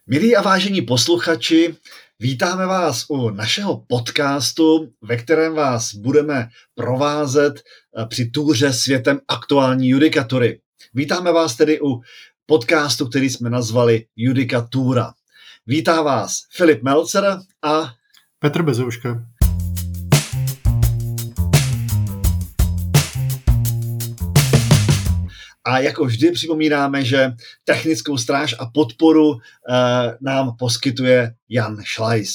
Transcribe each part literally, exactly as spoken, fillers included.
Milí a vážení posluchači, vítáme vás u našeho podcastu, ve kterém vás budeme provázet při túře světem aktuální judikatury. Vítáme vás tedy u podcastu, který jsme nazvali Judikatura. Vítá vás Filip Melcer a Petr Bezouška. A jako vždy připomínáme, že technickou stráž a podporu uh, nám poskytuje Jan Šlajs.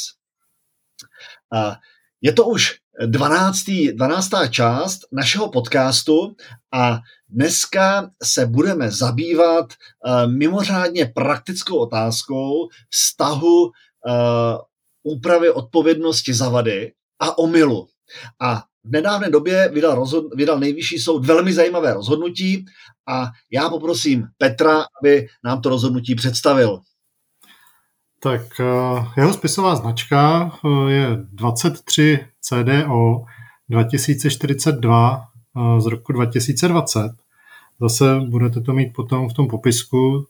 Uh, je to už dvanáctý, dvanáctá část našeho podcastu a dneska se budeme zabývat uh, mimořádně praktickou otázkou vztahu uh, úpravy odpovědnosti za vady a omylu. A v nedávné době vydal, rozhod, vydal Nejvyšší soud velmi zajímavé rozhodnutí a já poprosím Petra, aby nám to rozhodnutí představil. Tak jeho spisová značka je dvacet tři C D O dva tisíce čtyřicet dva z roku dva tisíce dvacet. Zase budete to mít potom v tom popisku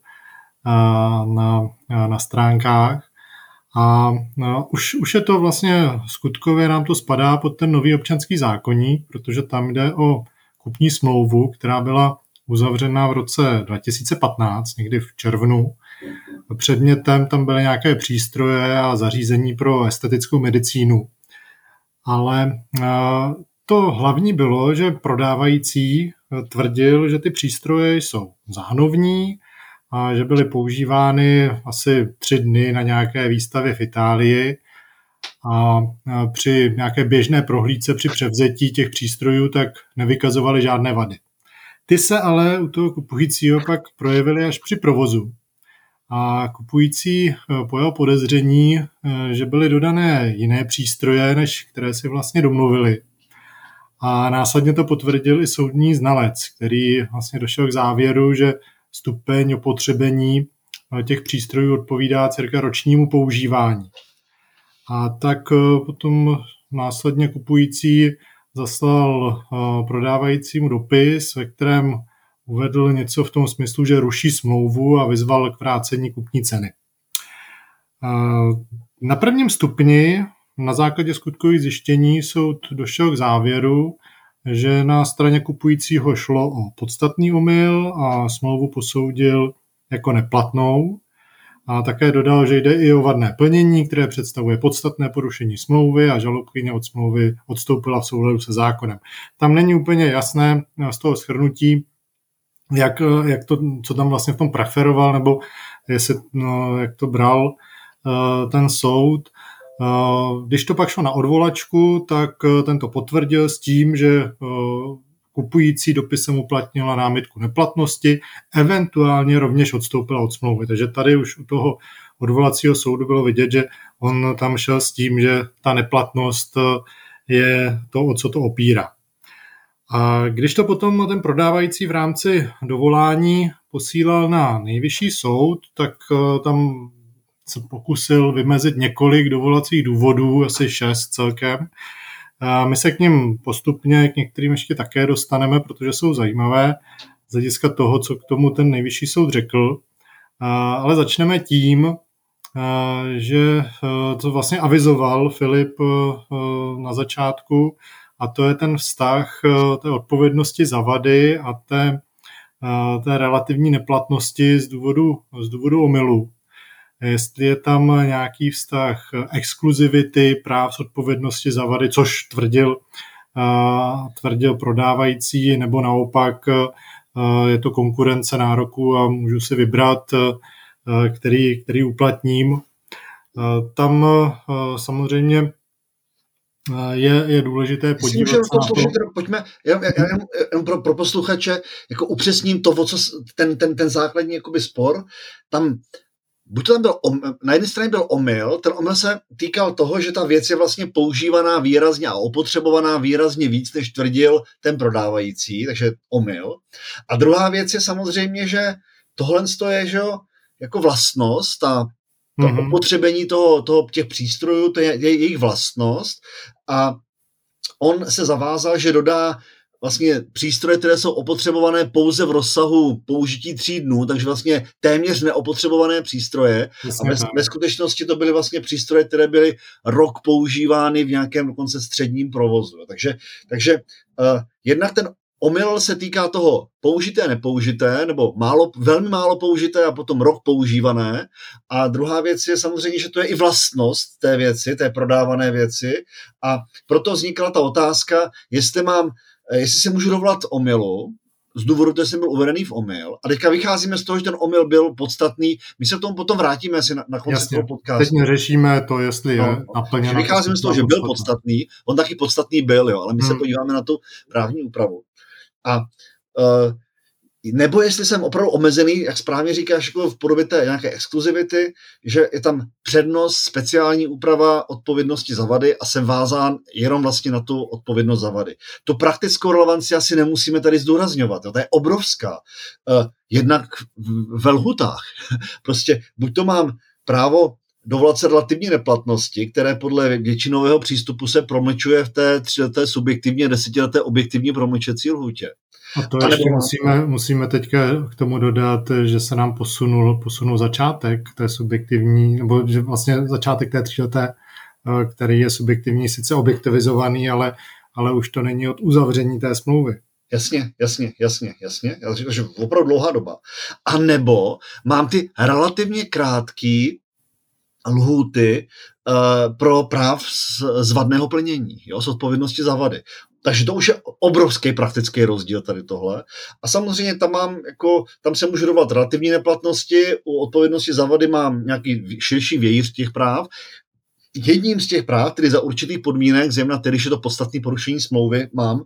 na, na stránkách. A no, už, už je to vlastně skutkově, nám to spadá pod ten nový občanský zákoník, protože tam jde o kupní smlouvu, která byla uzavřena v roce dva tisíce patnáct, někdy v červnu. Předmětem tam byly nějaké přístroje a zařízení pro estetickou medicínu. Ale to hlavní bylo, že prodávající tvrdil, že ty přístroje jsou záhnovní, a že byly používány asi tři dny na nějaké výstavě v Itálii a při nějaké běžné prohlídce při převzetí těch přístrojů tak nevykazovaly žádné vady. Ty se ale u toho kupujícího pak projevily až při provozu. A kupující pojal podezření, že byly dodané jiné přístroje, než které si vlastně domluvili. A následně to potvrdil i soudní znalec, který vlastně došel k závěru, že stupeň opotřebení těch přístrojů odpovídá cirka ročnímu používání. A tak potom následně kupující zaslal prodávajícímu dopis, ve kterém uvedl něco v tom smyslu, že ruší smlouvu a vyzval k vrácení kupní ceny. Na prvním stupni na základě skutkových zjištění soud došel k závěru, že na straně kupujícího šlo o podstatný omyl a smlouvu posoudil jako neplatnou. A také dodal, že jde i o vadné plnění, které představuje podstatné porušení smlouvy a žalobkyně od smlouvy odstoupila v souladu se zákonem. Tam není úplně jasné z toho shrnutí, jak, jak to, co tam vlastně v tom preferoval, nebo jestli, no, jak to bral uh, ten soud. Když to pak šlo na odvolačku, tak tento potvrdil s tím, že kupující dopisem uplatnila námitku neplatnosti, eventuálně rovněž odstoupila od smlouvy. Takže tady už u toho odvolacího soudu bylo vidět, že on tam šel s tím, že ta neplatnost je to, o co to opírá. A když to potom ten prodávající v rámci dovolání posílal na Nejvyšší soud, tak tam se pokusil vymezit několik dovolacích důvodů, asi šest celkem. A my se k nim postupně, k některým ještě také dostaneme, protože jsou zajímavé z hlediska toho, co k tomu ten Nejvyšší soud řekl. A, ale začneme tím, a, že to vlastně avizoval Filip na začátku, a to je ten vztah té odpovědnosti za vady a té, té relativní neplatnosti z důvodu, z důvodu omylu. Jestli je tam nějaký vztah exkluzivity, práv z odpovědnosti za vady, což tvrdil, tvrdil prodávající, nebo naopak je to konkurence nároku a můžu si vybrat, který, který uplatním. Tam samozřejmě je, je důležité podívat se na to. Pojďme, jenom, jenom, jenom pro, pro posluchače, jako upřesním to, co ten, ten, ten základní jakoby spor, tam buď to tam byl, na jedné straně byl omyl, ten omyl se týkal toho, že ta věc je vlastně používaná výrazně a opotřebovaná výrazně víc, než tvrdil ten prodávající, takže omyl. A druhá věc je samozřejmě, že tohle je, že jo, jako vlastnost a to mm-hmm. opotřebení toho, toho, těch přístrojů, to je, je jejich vlastnost a on se zavázal, že dodá vlastně přístroje, které jsou opotřebované pouze v rozsahu použití tří dnů, takže vlastně téměř neopotřebované přístroje. A ve, ve skutečnosti to byly vlastně přístroje, které byly rok používány v nějakém dokonce středním provozu. Takže, takže uh, jednak ten omyl se týká toho použité, nepoužité, nebo málo, velmi málo použité a potom rok používané. A druhá věc je samozřejmě, že to je i vlastnost té věci, té prodávané věci. A proto vznikla ta otázka, jestli mám, jestli se můžu dovolat omylu, z důvodu, že jsem byl uvedený v omyl. A teďka vycházíme z toho, že ten omyl byl podstatný. My se k tomu potom vrátíme asi na, na konci Jasně. toho podcastu. Teď neřešíme to, jestli je no, naplněno. Vycházíme z toho, že byl podstatný. On taky podstatný byl, jo, ale my hmm. se podíváme na tu právní úpravu. A uh, nebo jestli jsem opravdu omezený, jak správně říkáš, jako v podobě té nějaké exkluzivity, že je tam přednost, speciální úprava odpovědnosti za vady a jsem vázán jenom vlastně na tu odpovědnost za vady. Tu praktickou relevanci asi nemusíme tady zdůrazňovat. Jo? To je obrovská. Uh, jednak ve lhutách. Prostě buď to mám právo dovolat se relativní neplatnosti, které podle většinového přístupu se promlčuje v té tříleté subjektivně, desetileté objektivní promlčecí lhůtě. A to ještě musíme, musíme teďka k tomu dodat, že se nám posunul, posunul začátek té subjektivní, nebo že vlastně začátek té tříleté, který je subjektivní, sice objektivizovaný, ale, ale už to není od uzavření té smlouvy. Jasně, jasně, jasně, jasně. Já říkám, že opravdu dlouhá doba. A nebo mám ty relativně krátký lhůty uh, pro práv z, z vadného plnění, jo, z odpovědnosti za vady. Takže to už je obrovský praktický rozdíl tady tohle. A samozřejmě tam mám, jako, tam se můžu dovolat relativní neplatnosti, u odpovědnosti za vady mám nějaký širší vějíř těch práv. Jedním z těch práv, tedy za určitých podmínek, zejména tedy, když je to podstatné porušení smlouvy, mám,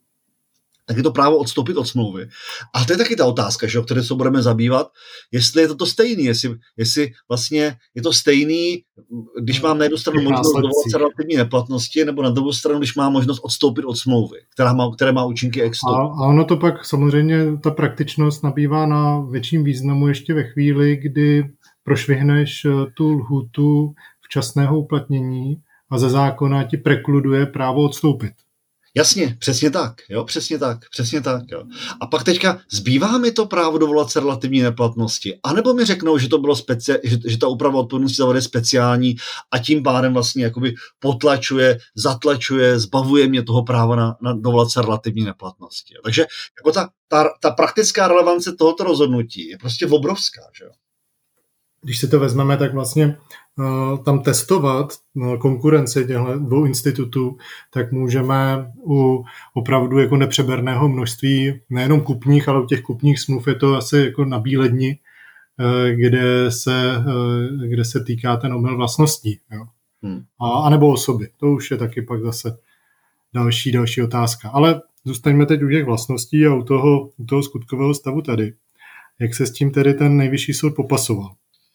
tak je to právo odstoupit od smlouvy. A to je taky ta otázka, že, o které se budeme zabývat, jestli je to to stejný, jestli, jestli vlastně je to stejný, když mám na jednu stranu možnost dovolat se relativní neplatnosti, nebo na druhou stranu, když mám možnost odstoupit od smlouvy, která má, které má účinky extu. A, a ono to pak samozřejmě, ta praktičnost nabývá na větším významu ještě ve chvíli, kdy prošvihneš tu lhůtu včasného uplatnění a ze zákona ti prekluduje právo odstoupit. Jasně, přesně tak, jo, přesně tak, přesně tak, jo. A pak teďka zbývá mi to právo dovolat se relativní neplatnosti, anebo mi řeknou, že to bylo speci- že, že ta úprava odpovědnosti za vady je speciální a tím pádem vlastně jakoby potlačuje, zatlačuje, zbavuje mě toho práva na, na dovolat se relativní neplatnosti. Jo. Takže jako ta, ta, ta praktická relevance tohoto rozhodnutí je prostě obrovská, že jo. Když si to vezmeme, tak vlastně uh, tam testovat uh, konkurenci těchto dvou institutů, tak můžeme u opravdu jako nepřeberného množství nejenom kupních, ale u těch kupních smluv je to asi jako na bíledni, uh, kde, se, uh, kde se týká ten omyl vlastností. Jo? Hmm. A, a nebo osoby. To už je taky pak zase další, další otázka. Ale zůstaňme teď u těch vlastností a u toho, u toho skutkového stavu tady. Jak se s tím tedy ten nejvyšší soud popasoval?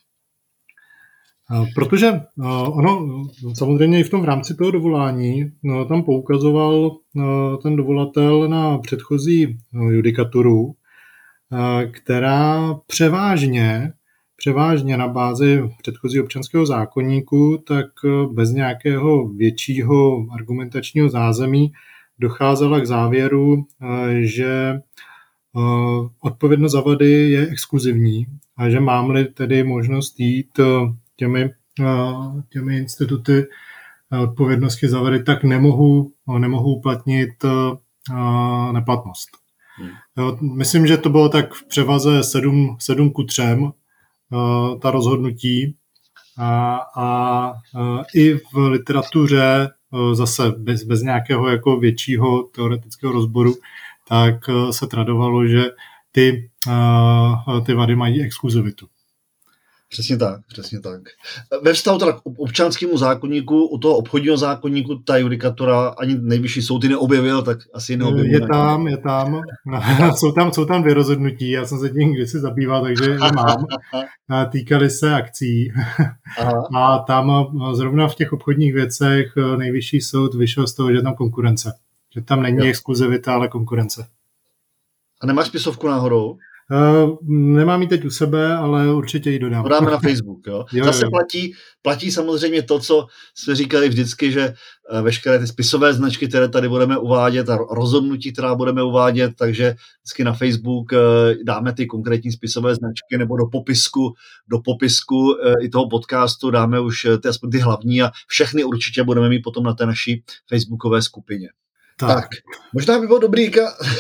Protože ono samozřejmě i v tom v rámci toho dovolání no, tam poukazoval no, ten dovolatel na předchozí no, judikaturu, která převážně, převážně na bázi předchozí občanského zákoníku, tak bez nějakého většího argumentačního zázemí docházela k závěru, že odpovědnost za vady je exkluzivní a že mám-li tedy možnost jít těmi, těmi instituty odpovědnosti za vady, tak nemohu, nemohu uplatnit neplatnost. Hmm. Myslím, že to bylo tak v převaze sedm ku třem ta rozhodnutí a, a i v literatuře zase bez, bez nějakého jako většího teoretického rozboru, tak se tradovalo, že ty, ty vady mají exkluzivitu. Přesně tak, přesně tak. Ve vztahu teda k občanskému zákoníku, u toho obchodního zákoníku ta judikatura ani nejvyšší soud ji neobjevil, tak asi neobjevil. Je tam, je tam. jsou tam. Jsou tam dvě rozhodnutí, já jsem se tím kdysi zabýval, takže je mám. Týkaly se akcí. Aha. A tam zrovna v těch obchodních věcech nejvyšší soud vyšel z toho, že je tam konkurence. Že tam není jo. exkluzivita, ale konkurence. A nemáš spisovku náhodou? Uh, nemám ji teď u sebe, ale určitě ji dodám. Dodáme na Facebook. Jo? jo, Zase jo. Platí, platí samozřejmě to, co jsme říkali vždycky, že veškeré ty spisové značky, které tady budeme uvádět a rozhodnutí, která budeme uvádět, takže vždycky na Facebook dáme ty konkrétní spisové značky nebo do popisku, do popisku i toho podcastu dáme už ty, aspoň ty hlavní a všechny určitě budeme mít potom na té naší facebookové skupině. Tak, tak možná by bylo dobrý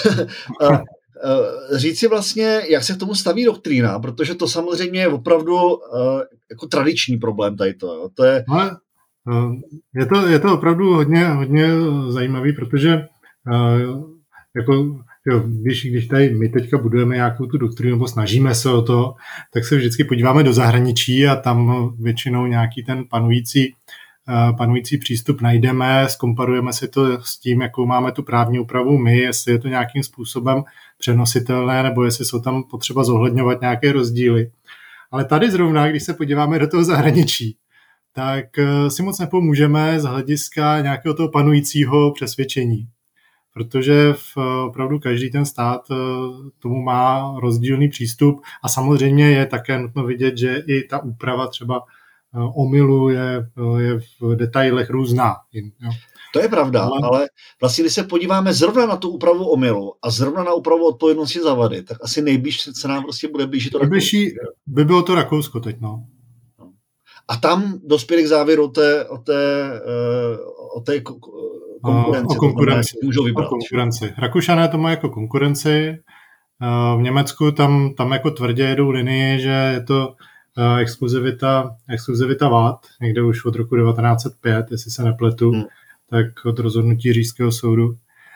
říct si vlastně, jak se k tomu staví doktrína, protože to samozřejmě je opravdu uh, jako tradiční problém tady to. Jo. To je... Ale, uh, je, to, je to opravdu hodně, hodně zajímavý, protože uh, jako, jo, když, když tady my teďka budujeme nějakou tu doktrínu, nebo snažíme se o to, tak se vždycky podíváme do zahraničí a tam většinou nějaký ten panující panující přístup najdeme, zkomparujeme si to s tím, jakou máme tu právní úpravu my, jestli je to nějakým způsobem přenositelné, nebo jestli jsou tam potřeba zohledňovat nějaké rozdíly. Ale tady zrovna, když se podíváme do toho zahraničí, tak si moc nepomůžeme z hlediska nějakého toho panujícího přesvědčení. Protože v, opravdu každý ten stát tomu má rozdílný přístup a samozřejmě je také nutno vidět, že i ta úprava třeba omylu je, je v detailech různá. Jo. To je pravda, ale... ale vlastně, když se podíváme zrovna na tu úpravu omylu a zrovna na úpravu odpovědnosti za vady, tak asi nejblíž se nám prostě bude blížit to Rakousko. By bylo to Rakousko teď, no. A tam dospěli k závěru o té, o té, o té konkurenci. O konkurenci. Můžou vybrat. O konkurenci. Rakušané to mají jako konkurenci. V Německu tam, tam jako tvrdě jedou linii, že je to exkluzivita, exkluzivita vád, někde už od roku devatenáct set pět, jestli se nepletu, hmm. tak od rozhodnutí Říšského soudu.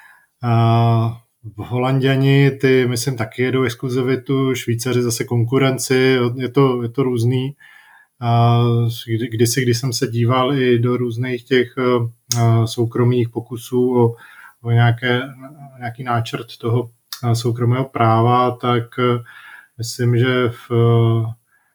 A v Holanděni ty, myslím, taky jedou exkluzivitu, Švýcaři zase konkurenci, je to, je to různý. A kdy, kdysi, když jsem se díval i do různých těch uh, soukromých pokusů o, o nějaké, nějaký náčrt toho uh, soukromého práva, tak uh, myslím, že v uh,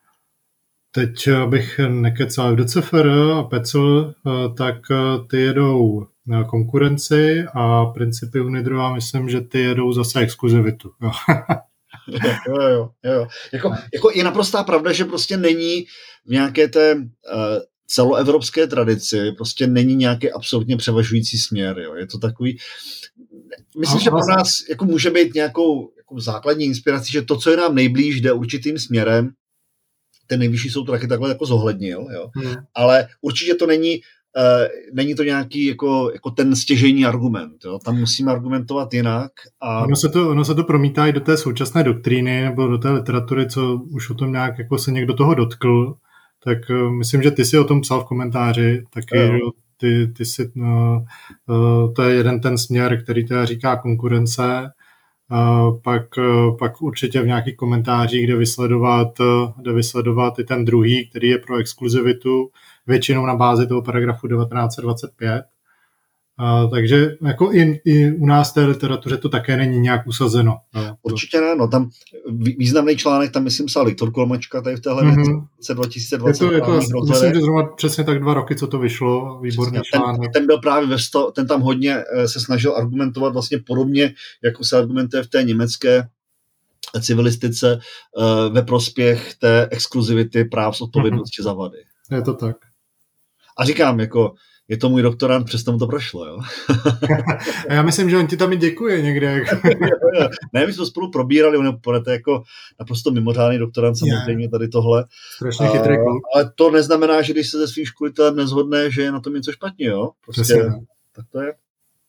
teď bych nekecal v D C F R a Pecl, tak ty jedou konkurenci a principy Unidroa, myslím, že ty jedou zase exkluzivitu. Jo, jo, jo. jo. Jako, jako je naprostá pravda, že prostě není v nějaké té uh, celoevropské tradici, prostě není nějaký absolutně převažující směr. Jo. Je to takový... Myslím, a, že pro nás jako může být nějakou jako základní inspirací, že to, co je nám nejblíž, jde určitým směrem. Ten nejvyšší soud to taky takhle jako zohlednil, jo. Hmm. Ale určitě to není, uh, není to nějaký jako, jako ten stěžejní argument, jo. Tam musíme argumentovat jinak. A... Ono se to, ono se to promítá i do té současné doktríny nebo do té literatury, co už o tom nějak jako se někdo toho dotkl, tak uh, myslím, že ty si o tom psal v komentáři, taky, že ty, ty si, no, uh, to je jeden ten směr, který teda říká konkurence. Uh, pak, uh, pak určitě v nějakých komentářích jde vysledovat, uh, jde vysledovat i ten druhý, který je pro exkluzivitu, většinou na bázi toho paragrafu devatenáct set dvacet pět. Uh, takže jako i, i u nás v té literatuře to také není nějak usazeno. Uh, určitě ne, no tam významný článek, tam myslím psal Viktor Kolmačka tady v téhle mm-hmm. věci dva tisíce dvacet. Je to, je to, myslím, že zrovna přesně tak dva roky, co to vyšlo, výborný přesně, článek. Ten, ten byl právě ve sto, ten tam hodně se snažil argumentovat vlastně podobně, jako se argumentuje v té německé civilistice uh, ve prospěch té exkluzivity práv z odpovědnosti mm-hmm. za vady. Je to tak. A říkám, jako je to můj doktorant, přesto mu to prošlo, jo. A já myslím, že on ti tam i děkuje někde. Ne, my jsme spolu probírali, on je jako naprosto mimořádný doktorant, samozřejmě tady tohle. Strašně chytrý kluk. Ale to neznamená, že když se se svým školitelem nezhodne, že je na tom něco špatně, jo. Prostě, tak to je.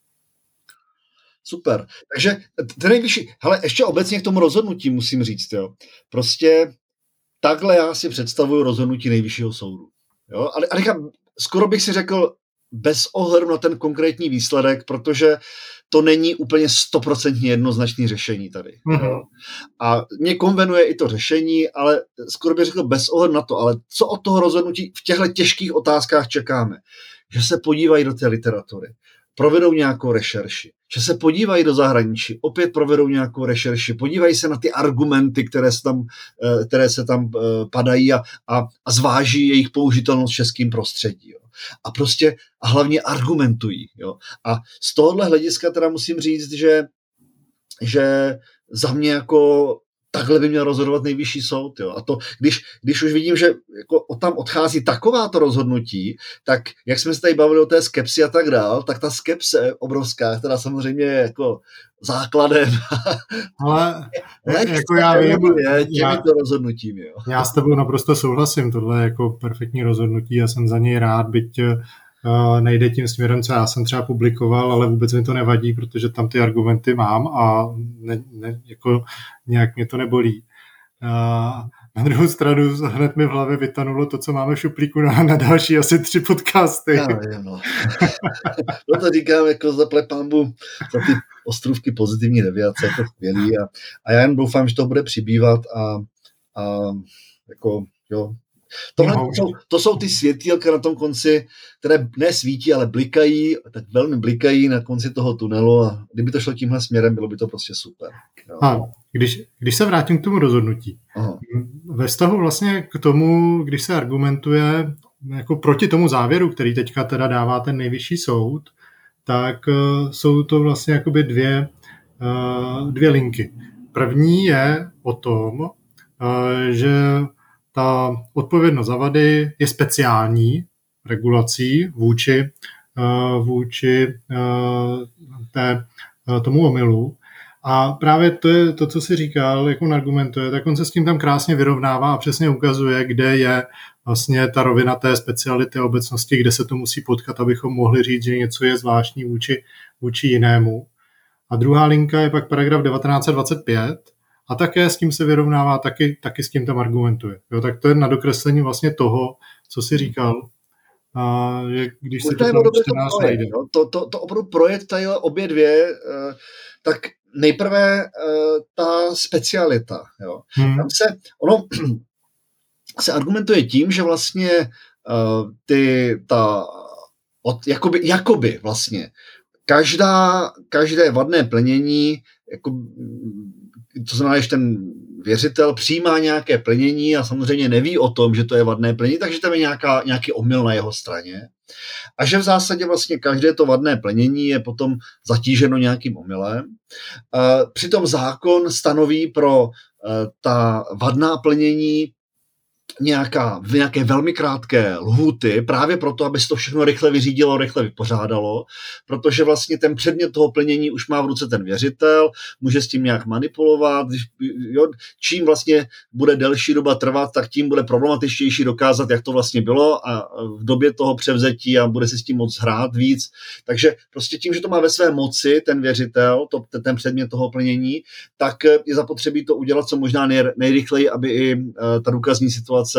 Super. Takže ten nejvyšší, hele, ještě obecně k tomu rozhodnutí musím říct, jo. Prostě takhle já si představuju rozhodnutí nejvyššího soudu. Jo, ale, ale skoro bych si řekl, bez ohledu na ten konkrétní výsledek, protože to není úplně stoprocentně jednoznačné řešení tady. Mm-hmm. A mě konvenuje i to řešení, ale skoro bych řekl bez ohledu na to, ale co od toho rozhodnutí v těchto těžkých otázkách čekáme? Že se podívají do té literatury, provedou nějakou rešerši, že se podívají do zahraničí, opět provedou nějakou rešerši, podívají se na ty argumenty, které se tam, které se tam padají a, a, a zváží jejich použitelnost v českém prostředí. Jo. A prostě a hlavně argumentují. Jo. A z tohohle hlediska teda musím říct, že, že za mě jako takhle by měl rozhodovat nejvyšší soud. Jo. A to, když, když už vidím, že jako tam odchází takováto rozhodnutí, tak jak jsme se tady bavili o té skepsi a tak dál, tak ta skepse obrovská, která samozřejmě je jako základem. Ale jako já vím, těmito rozhodnutími. Jo. Já s tebou naprosto souhlasím, tohle je jako perfektní rozhodnutí, já jsem za něj rád, byť uh, nejde tím směrem, co já jsem třeba publikoval, ale vůbec mi to nevadí, protože tam ty argumenty mám a ne, ne, jako nějak mě to nebolí. Uh, na druhou stranu hned mi v hlavě vytanulo to, co máme v šuplíku na, na další asi tři podcasty. Já vím, no. No to říkám jako zaplať pánbu za ty ostrůvky pozitivní deviace, je to skvělý a, a já jen doufám, že to bude přibývat a, a jako jo. Tohle to jsou, to jsou ty světýlka na tom konci, které ne svítí, ale blikají, tak velmi blikají na konci toho tunelu a kdyby to šlo tímhle směrem, bylo by to prostě super. Jo. A když, když se vrátím k tomu rozhodnutí, Aha. ve vztahu vlastně k tomu, když se argumentuje jako proti tomu závěru, který teďka teda dává ten nejvyšší soud, tak uh, jsou to vlastně jakoby dvě, uh, dvě linky. První je o tom, uh, že ta odpovědnost za vady je speciální regulací vůči, uh, vůči uh, té, uh, tomu omylu. A právě to je to, co jsi říkal, jak on argumentuje, tak on se s tím tam krásně vyrovnává a přesně ukazuje, kde je vlastně ta rovina té speciality obecnosti, kde se to musí potkat, abychom mohli říct, že něco je zvláštní vůči, vůči jinému. A druhá linka je pak paragraf devatenáct dvacet pět a také s tím se vyrovnává, taky, taky s tím tam argumentuje. Jo, tak to je na dokreslení vlastně toho, co jsi říkal. A že když se to tam čtenář najde. No, to, to, to opravdu projekt tady obě dvě, tak nejprve ta specialita. Jo. Hmm. Tam se, ono se argumentuje tím, že vlastně ty, ta, od, jakoby, jakoby vlastně, každá, každé vadné plnění, jako, to znamená, že ten věřitel přijímá nějaké plnění a samozřejmě neví o tom, že to je vadné plnění, takže tam je nějaká, nějaký omyl na jeho straně. A že v zásadě vlastně každé to vadné plnění je potom zatíženo nějakým omylem. Přitom zákon stanoví pro ta vadná plnění nějaká, v nějaké velmi krátké lhůty, právě proto, aby se to všechno rychle vyřídilo, rychle vypořádalo, protože vlastně ten předmět toho plnění už má v ruce ten věřitel, může s tím nějak manipulovat, jo, čím vlastně bude delší doba trvat, tak tím bude problematičtější dokázat, jak to vlastně bylo a v době toho převzetí a bude si s tím moc hrát víc. Takže prostě tím, že to má ve své moci ten věřitel, to, ten předmět toho plnění, tak je zapotřebí to udělat co možná nej, nejrychleji, aby i uh, ta důkazní situace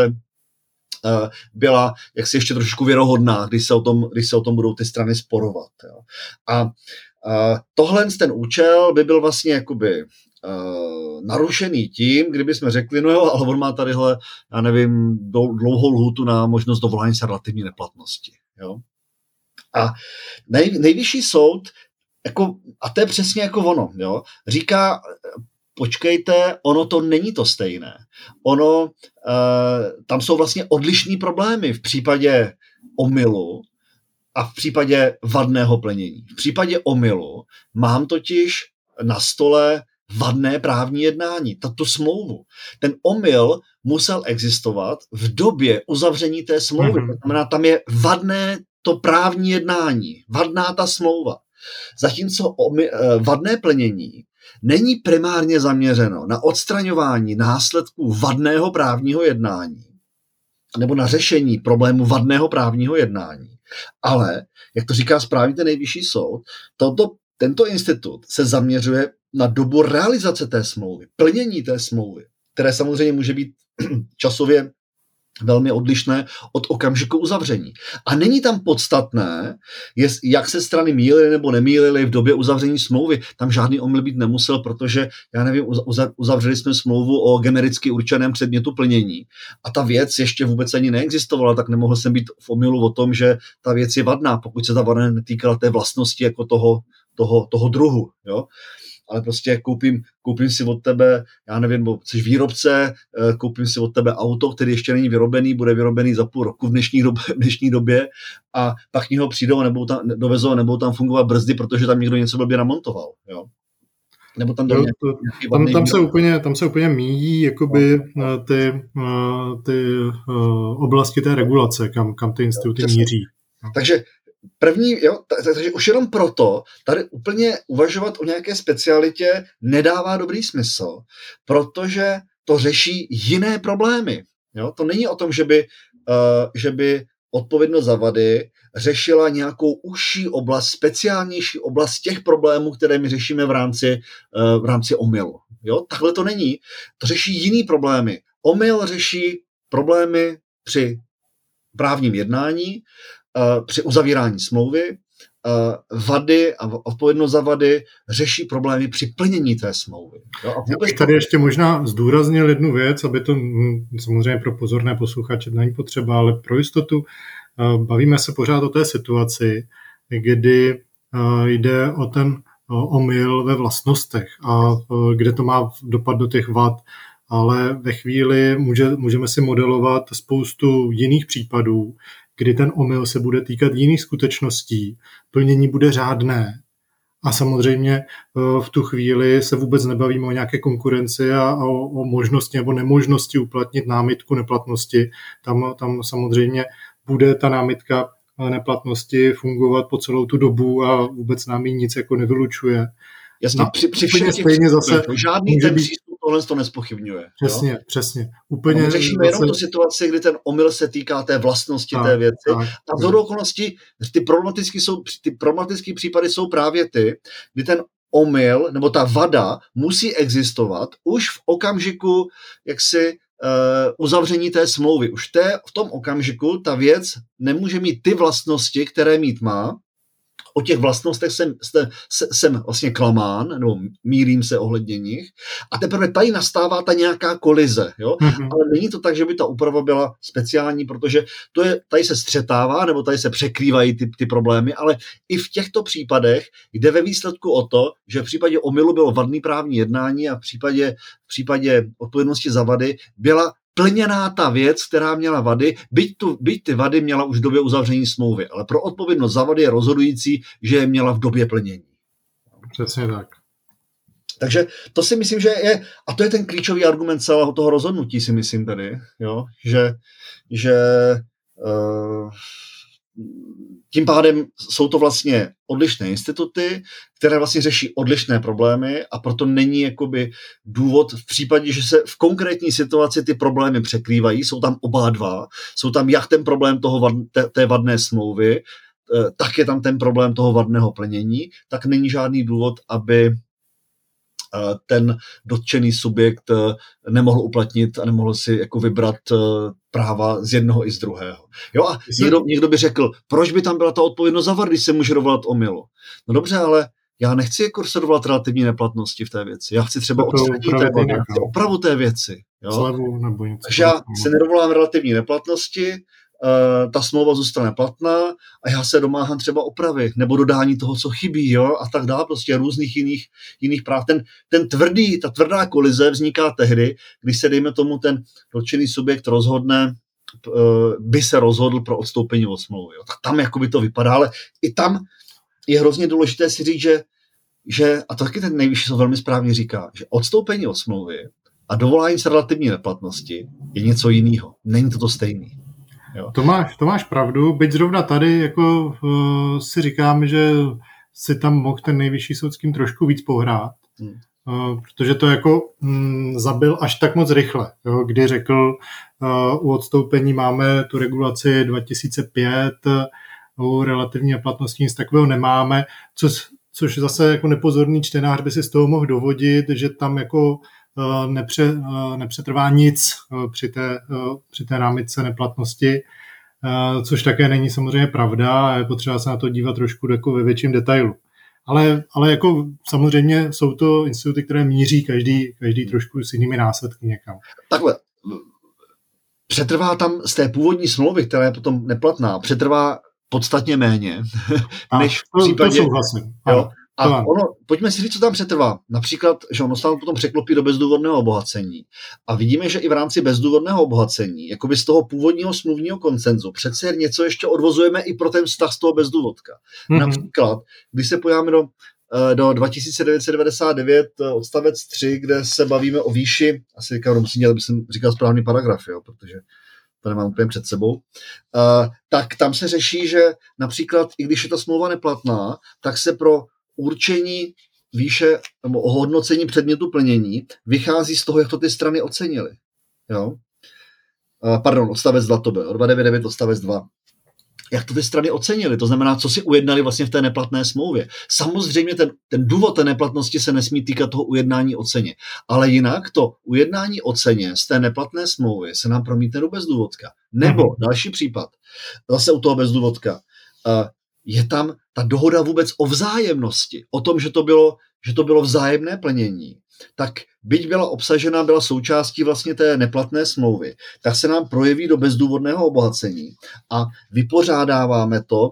byla jaksi ještě trošku věrohodná, když se o tom, když se o tom budou ty strany sporovat. Jo. A, a tohle ten účel by byl vlastně jakoby uh, narušený tím, kdyby jsme řekli, no jo, ale on má tadyhle, já nevím, dlouhou lhůtu na možnost dovolání se relativní neplatnosti. Jo. A nej, nejvyšší soud, jako, a to je přesně jako ono, jo, říká, počkejte, ono to není to stejné. Ono, uh, tam jsou vlastně odlišný problémy v případě omylu a v případě vadného plnění. V případě omylu mám totiž na stole vadné právní jednání, tato smlouvu. Ten omyl musel existovat v době uzavření té smlouvy. Mm-hmm. To znamená, tam je vadné to právní jednání, vadná ta smlouva. Zatímco omy, uh, vadné plnění není primárně zaměřeno na odstraňování následků vadného právního jednání nebo na řešení problému vadného právního jednání. Ale, jak to říká správně ten nejvyšší soud, toto, tento institut se zaměřuje na dobu realizace té smlouvy, plnění té smlouvy, které samozřejmě může být časově velmi odlišné od okamžiku uzavření. A není tam podstatné, jest, jak se strany mýlily nebo nemýlily v době uzavření smlouvy. Tam žádný omyl být nemusel, protože, já nevím, uzavřeli jsme smlouvu o genericky určeném předmětu plnění a ta věc ještě vůbec ani neexistovala, tak nemohl jsem být v omylu o tom, že ta věc je vadná, pokud se ta vada netýkala té vlastnosti jako toho, toho, toho druhu. Jo? Ale prostě koupím, koupím si od tebe, já nevím, jsi výrobce, koupím si od tebe auto, který ještě není vyrobený, bude vyrobený za půl roku v dnešní době, v dnešní době a pak něho přijdou a nebudou tam, dovezou a nebudou tam fungovat brzdy, protože tam někdo něco blbě namontoval. Jo? Nebo tam, jo, to, tam, tam, se úplně, tam se úplně míjí jakoby ty, ty oblasti té regulace, kam, kam ty instituty Přesně. míří. Takže první, jo, takže už jenom proto tady úplně uvažovat o nějaké specialitě nedává dobrý smysl, protože to řeší jiné problémy. Jo? To není o tom, že by, uh, že by odpovědnost za vady řešila nějakou užší oblast, speciálnější oblast těch problémů, které my řešíme v rámci, uh, v rámci omylu. Jo? Takhle to není. To řeší jiný problémy. Omyl řeší problémy při právním jednání, uh, při uzavírání smlouvy, uh, vady a odpovědnost za vady řeší problémy při plnění té smlouvy. Jo? A vůbec tady to... ještě možná zdůraznil jednu věc, aby to samozřejmě pro pozorné posluchače není potřeba, ale pro jistotu uh, bavíme se pořád o té situaci, kdy uh, jde o ten uh, omyl ve vlastnostech a uh, kde to má dopad do těch vad, ale ve chvíli může, můžeme si modelovat spoustu jiných případů, kdy ten omyl se bude týkat jiných skutečností, plnění bude řádné a samozřejmě v tu chvíli se vůbec nebavíme o nějaké konkurenci a o, o možnosti nebo nemožnosti uplatnit námitku neplatnosti. Tam, tam samozřejmě bude ta námitka neplatnosti fungovat po celou tu dobu a vůbec nám ji nic jako nevylučuje. Jasně, no, při, při všech těch zase žádný ten být... přístup tohle to nespochybňuje. Přesně, jo? přesně. Úplně no, řešíme zase... jenom tu situaci, kdy ten omyl se týká té vlastnosti tak, té věci. Tak, a v do okolností ty problematické jsou, ty problematické případy jsou právě ty, kdy ten omyl nebo ta vada musí existovat už v okamžiku jaksi uh, uzavření té smlouvy. Už té, v tom okamžiku ta věc nemůže mít ty vlastnosti, které mít má. O těch vlastnostech jsem, jsem vlastně klamán, nebo mýlím se ohledně nich. A teprve tady nastává ta nějaká kolize. Jo? Mm-hmm. Ale není to tak, že by ta úprava byla speciální, protože to je, tady se střetává, nebo tady se překrývají ty, ty problémy, ale i v těchto případech jde ve výsledku o to, že v případě omylu bylo vadný právní jednání a v případě, v případě odpovědnosti za vady byla plněná ta věc, která měla vady, byť, tu, byť ty vady měla už v době uzavření smlouvy, ale pro odpovědnost za vady je rozhodující, že je měla v době plnění. Přesně tak. Takže to si myslím, že je, a to je ten klíčový argument celého toho rozhodnutí, si myslím tady, jo? že, že uh, tím pádem jsou to vlastně odlišné instituty, které vlastně řeší odlišné problémy a proto není jakoby důvod v případě, že se v konkrétní situaci ty problémy překrývají, jsou tam oba dva, jsou tam jak ten problém toho, té, té vadné smlouvy, tak je tam ten problém toho vadného plnění, tak není žádný důvod, aby ten dotčený subjekt nemohl uplatnit a nemohl si jako vybrat práva z jednoho i z druhého. Jo a někdo, někdo by řekl, proč by tam byla ta odpovědnost za vady, když se může dovolat omylu. No dobře, ale já nechci jako se dovolat relativní neplatnosti v té věci. Já chci třeba odstranit té vady, já chci opravu té věci. Jo? Slevu nebo něco. Takže já se nedovolám relativní neplatnosti, Uh, ta smlouva zůstane platná a já se domáhám třeba opravy nebo dodání toho, co chybí, jo, a tak dále, prostě různých jiných, jiných práv. Ten, ten tvrdý, ta tvrdá kolize vzniká tehdy, když se, dejme tomu, ten dotčený subjekt rozhodne, uh, by se rozhodl pro odstoupení od smlouvy. Jo. Tak tam jako by to vypadá, ale i tam je hrozně důležité si říct, že, že a to taky ten nejvyšší soud velmi správně říká, že odstoupení od smlouvy a dovolání se relativní neplatnosti je něco jiného. Není to to stejný. Jo. To, máš, to máš pravdu, byť zrovna tady jako uh, si říkám, že si tam mohl ten nejvyšší soud s tím trošku víc pohrát, hmm. uh, protože to jako um, zabil až tak moc rychle, jo, kdy řekl, uh, u odstoupení máme tu regulaci dva tisíce pět, uh, u relativní neplatnosti nic takového nemáme, což, což zase jako nepozorný čtenář by si z toho mohl dovodit, že tam jako Nepře, nepřetrvá nic při té, při té námitce neplatnosti, což také není samozřejmě pravda a je potřeba se na to dívat trošku jako ve větším detailu. Ale, ale jako samozřejmě jsou to instituty, které míří každý, každý trošku s jinými následky někam. Takhle, přetrvá tam z té původní smlouvy, která je potom neplatná, přetrvá podstatně méně, než v případě... To souhlasím. Jo, a ono, pojďme si říct, co tam přetrvá. Například, že ono se tam potom překlopí do bezdůvodného obohacení. A vidíme, že i v rámci bezdůvodného obohacení, jakoby z toho původního smluvního konsenzu, přece něco ještě odvozujeme i pro ten vztah z toho bezdůvodka. Mm-hmm. Například, když se podíváme do do dva tisíce devět set devadesát devět odstavec tři, kde se bavíme o výši, asi říkám, musím dělat, aby jsem říkal správný paragraf, jo, protože to nemám úplně před sebou, uh, tak tam se řeší, že například, i když je ta smlouva neplatná, tak se pro určení výše nebo ohodnocení předmětu plnění vychází z toho, jak to ty strany ocenily. Jo? Uh, pardon, odstavec dva to byl, dvacet devět devět odstavec dva. Jak to ty strany ocenily, to znamená, co si ujednali vlastně v té neplatné smlouvě. Samozřejmě ten, ten důvod té neplatnosti se nesmí týkat toho ujednání o ceně, ale jinak to ujednání o ceně z té neplatné smlouvy se nám promítne do bezdůvodka. Nebo mm-hmm. další případ, zase u toho bezdůvodka, je tam ta dohoda vůbec o vzájemnosti, o tom, že to bylo, že to bylo vzájemné plnění, tak byť byla obsažena, byla součástí vlastně té neplatné smlouvy, tak se nám projeví do bezdůvodného obohacení a vypořádáváme to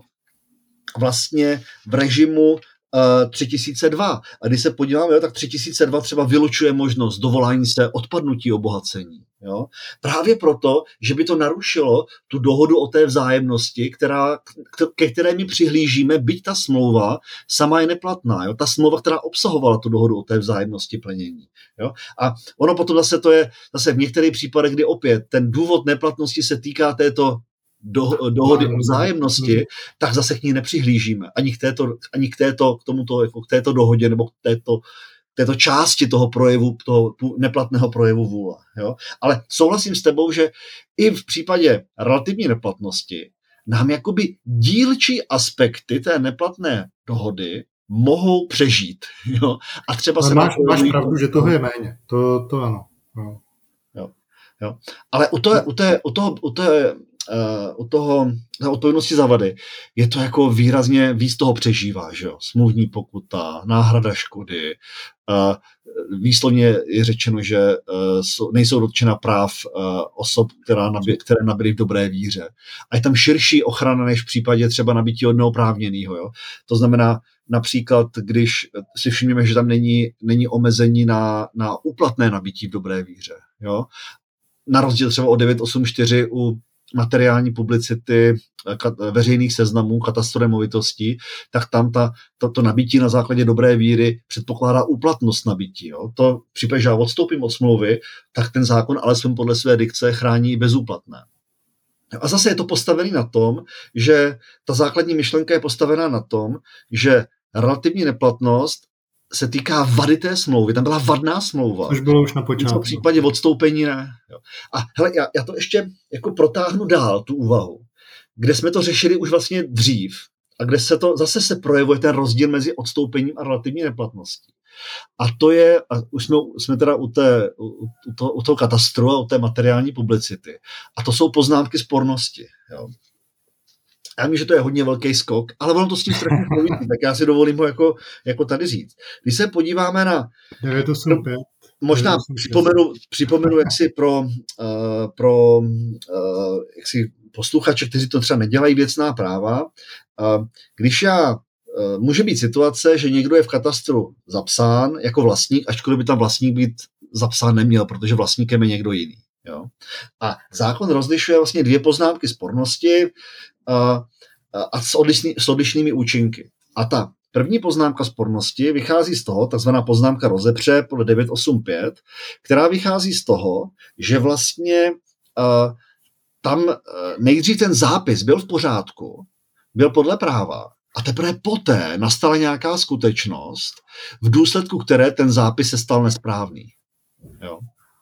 vlastně v režimu uh, tři tisíce dva. A když se podíváme, jo, tak tři tisíce dva třeba vylučuje možnost dovolání se odpadnutí obohacení. Jo? Právě proto, že by to narušilo tu dohodu o té vzájemnosti, která, ke které my přihlížíme, byť ta smlouva sama je neplatná. Jo? Ta smlouva, která obsahovala tu dohodu o té vzájemnosti plnění. Jo? A ono potom zase to je zase v některých případech, kdy opět ten důvod neplatnosti se týká této do, dohody o vzájemnosti, tak zase k ní nepřihlížíme. Ani k této, ani k této, k tomuto, jako k této dohodě nebo k této této části toho projevu, toho neplatného projevu vůle. Jo? Ale souhlasím s tebou, že i v případě relativní neplatnosti nám jakoby dílčí aspekty té neplatné dohody mohou přežít. Jo? A třeba ale se máš, máš pravdu, že toho je méně. To, to ano. Jo. Jo. Jo. Ale u, to, u, té, u toho, u té Uh, u toho na odpovědnosti za vady je to jako výrazně víc toho přežívá, že jo? Smluvní pokuta, náhrada škody, uh, výslovně je řečeno, že uh, nejsou dotčena práv uh, osob, která naby, které nabyly v dobré víře. A je tam širší ochrana než v případě třeba nabití od neoprávněného. Jo? To znamená například, když si všimneme, že tam není, není omezení na, na úplatné nabití v dobré víře. Jo? Na rozdíl třeba od devět osm čtyři u materiální publicity, veřejných seznamů, katastru nemovitostí, tak tam ta, to, to nabití na základě dobré víry předpokládá úplatnost nabití. Jo. To v případě, že já odstoupím od smlouvy, tak ten zákon alespoň podle své dikce chrání i bezúplatné. A zase je to postavené na tom, že ta základní myšlenka je postavená na tom, že relativní neplatnost se týká vady té smlouvy. Tam byla vadná smlouva. Což bylo už na počátku. V případě odstoupení ne. Jo. A hele, já, já to ještě jako protáhnu dál, tu úvahu, kde jsme to řešili už vlastně dřív a kde se to zase se projevuje ten rozdíl mezi odstoupením a relativní neplatností. A to je, a už jsme, jsme teda u, té, u, u, toho, u toho katastru a u té materiální publicity. A to jsou poznámky spornosti. Jo. Já vím, že to je hodně velký skok, ale ono to s tím strašně souvisí, tak já si dovolím ho jako, jako tady říct. Když se podíváme na... devět osm pět Možná připomenu, připomenu jaksi pro, uh, pro uh, jaksi posluchače, kteří to třeba nedělají věcná práva. Uh, když já, uh, může být situace, že někdo je v katastru zapsán jako vlastník, ačkoliv by tam vlastník být zapsán neměl, protože vlastníkem je někdo jiný. Jo? A zákon rozlišuje vlastně dvě poznámky spornosti uh, a s, odlišný, s odlišnými účinky. A ta první poznámka spornosti vychází z toho, takzvaná poznámka rozepře podle devět osm pět, která vychází z toho, že vlastně uh, tam uh, nejdřív ten zápis byl v pořádku, byl podle práva, a teprve poté nastala nějaká skutečnost, v důsledku které ten zápis se stal nesprávný. Jo?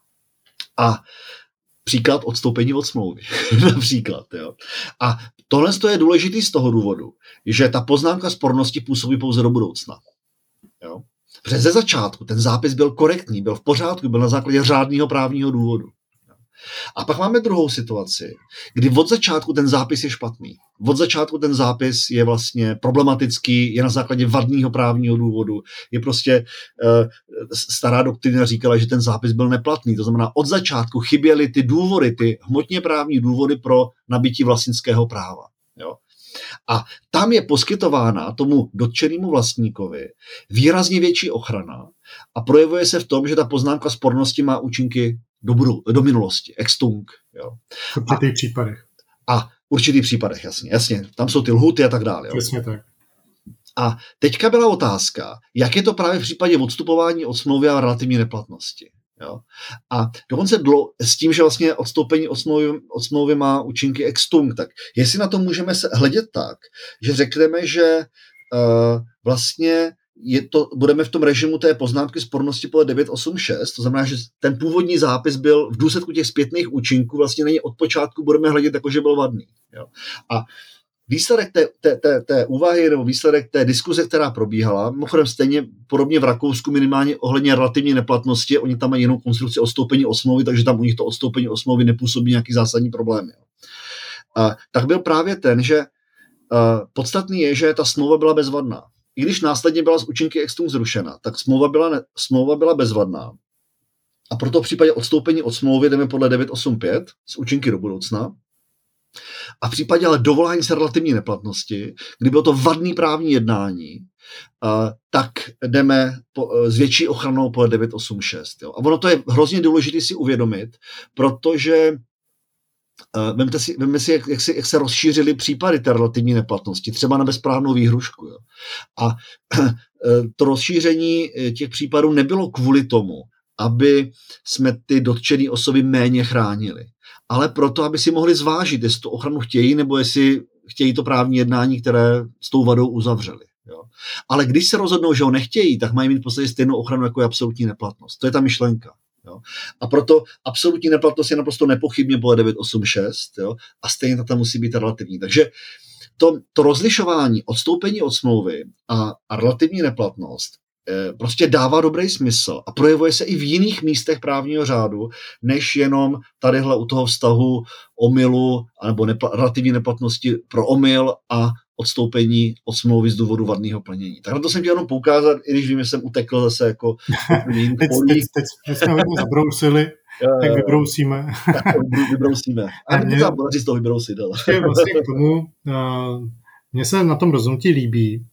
A příklad odstoupení od smlouvy. Například. Jo. A tohle je důležitý z toho důvodu, že ta poznámka spornosti působí pouze do budoucna. Jo. Protože ze začátku ten zápis byl korektní, byl v pořádku, byl na základě řádného právního důvodu. A pak máme druhou situaci, kdy od začátku ten zápis je špatný. Od začátku ten zápis je vlastně problematický, je na základě vadného právního důvodu. Je prostě uh, stará doktrina říkala, že ten zápis byl neplatný. To znamená, od začátku chyběly ty důvody, ty hmotně právní důvody pro nabití vlastnického práva. Jo? A tam je poskytována tomu dotčenému vlastníkovi výrazně větší ochrana a projevuje se v tom, že ta poznámka spornosti má účinky do, budu, do minulosti, extung. Jo. V určitých případech. A v určitých případech, jasně, jasně. Tam jsou ty lhuty a tak dále. Jo. Jasně tak. A teďka byla otázka, jak je to právě v případě odstupování od smlouvy a relativní neplatnosti. Jo? A dokonce dlo, s tím, že vlastně odstoupení od smlouvy, od smlouvy má účinky ex tunc, tak jestli na to můžeme se hledět tak, že řekneme, že uh, vlastně je to, budeme v tom režimu té poznámky spornosti podle devět osm šest, to znamená, že ten původní zápis byl v důsledku těch zpětných účinků, vlastně není od počátku, budeme hledět jako, že byl vadný. Jo? A výsledek té, té, té, té úvahy nebo výsledek té diskuze, která probíhala, mimochodem stejně podobně v Rakousku minimálně ohledně relativní neplatnosti, oni tam mají jinou konstrukci odstoupení od smlouvy, takže tam u nich to odstoupení od smlouvy nepůsobí nějaký zásadní problém. Jo. A, tak byl právě ten, že a, podstatný je, že ta smlouva byla bezvadná. I když následně byla z účinky ex tunc zrušena, tak smlouva byla, ne, smlouva byla bezvadná. A proto v případě odstoupení od smlouvy jdeme podle devět osm pět z účinky do budoucna. A v případě ale dovolání se relativní neplatnosti, kdy bylo to vadný právní jednání, uh, tak jdeme po, uh, s větší ochranou podle devět osm šest. Jo. A ono to je hrozně důležité si uvědomit, protože uh, vemte si, vemte si, jak, jak, si, jak se rozšířily případy té relativní neplatnosti, třeba na bezprávnou výhrušku. Jo. A uh, to rozšíření těch případů nebylo kvůli tomu, aby jsme ty dotčené osoby méně chránili, ale proto, aby si mohli zvážit, jestli tu ochranu chtějí, nebo jestli chtějí to právní jednání, které s tou vadou uzavřeli. Jo. Ale když se rozhodnou, že ho nechtějí, tak mají mít v podstatě stejnou ochranu, jako je absolutní neplatnost. To je ta myšlenka. Jo. A proto absolutní neplatnost je naprosto nepochybně podle devět osm šest, jo, a stejně ta musí být relativní. Takže to, to rozlišování, odstoupení od smlouvy a, a relativní neplatnost prostě dává dobrý smysl a projevuje se i v jiných místech právního řádu, než jenom tadyhle u toho vztahu omylu nebo nepla- relativní neplatnosti pro omyl a odstoupení od smlouvy z důvodu vadného plnění. Tak na to jsem chtěl jenom poukázat, i když vím, že jsem utekl zase jako... teď, teď, teď jsme hodně zabrousili, tak vybrousíme. Tak vybrousíme. A mě tam podaří z toho vybrousit. Vlastně k tomu, mně se na tom rozhodnutí líbí,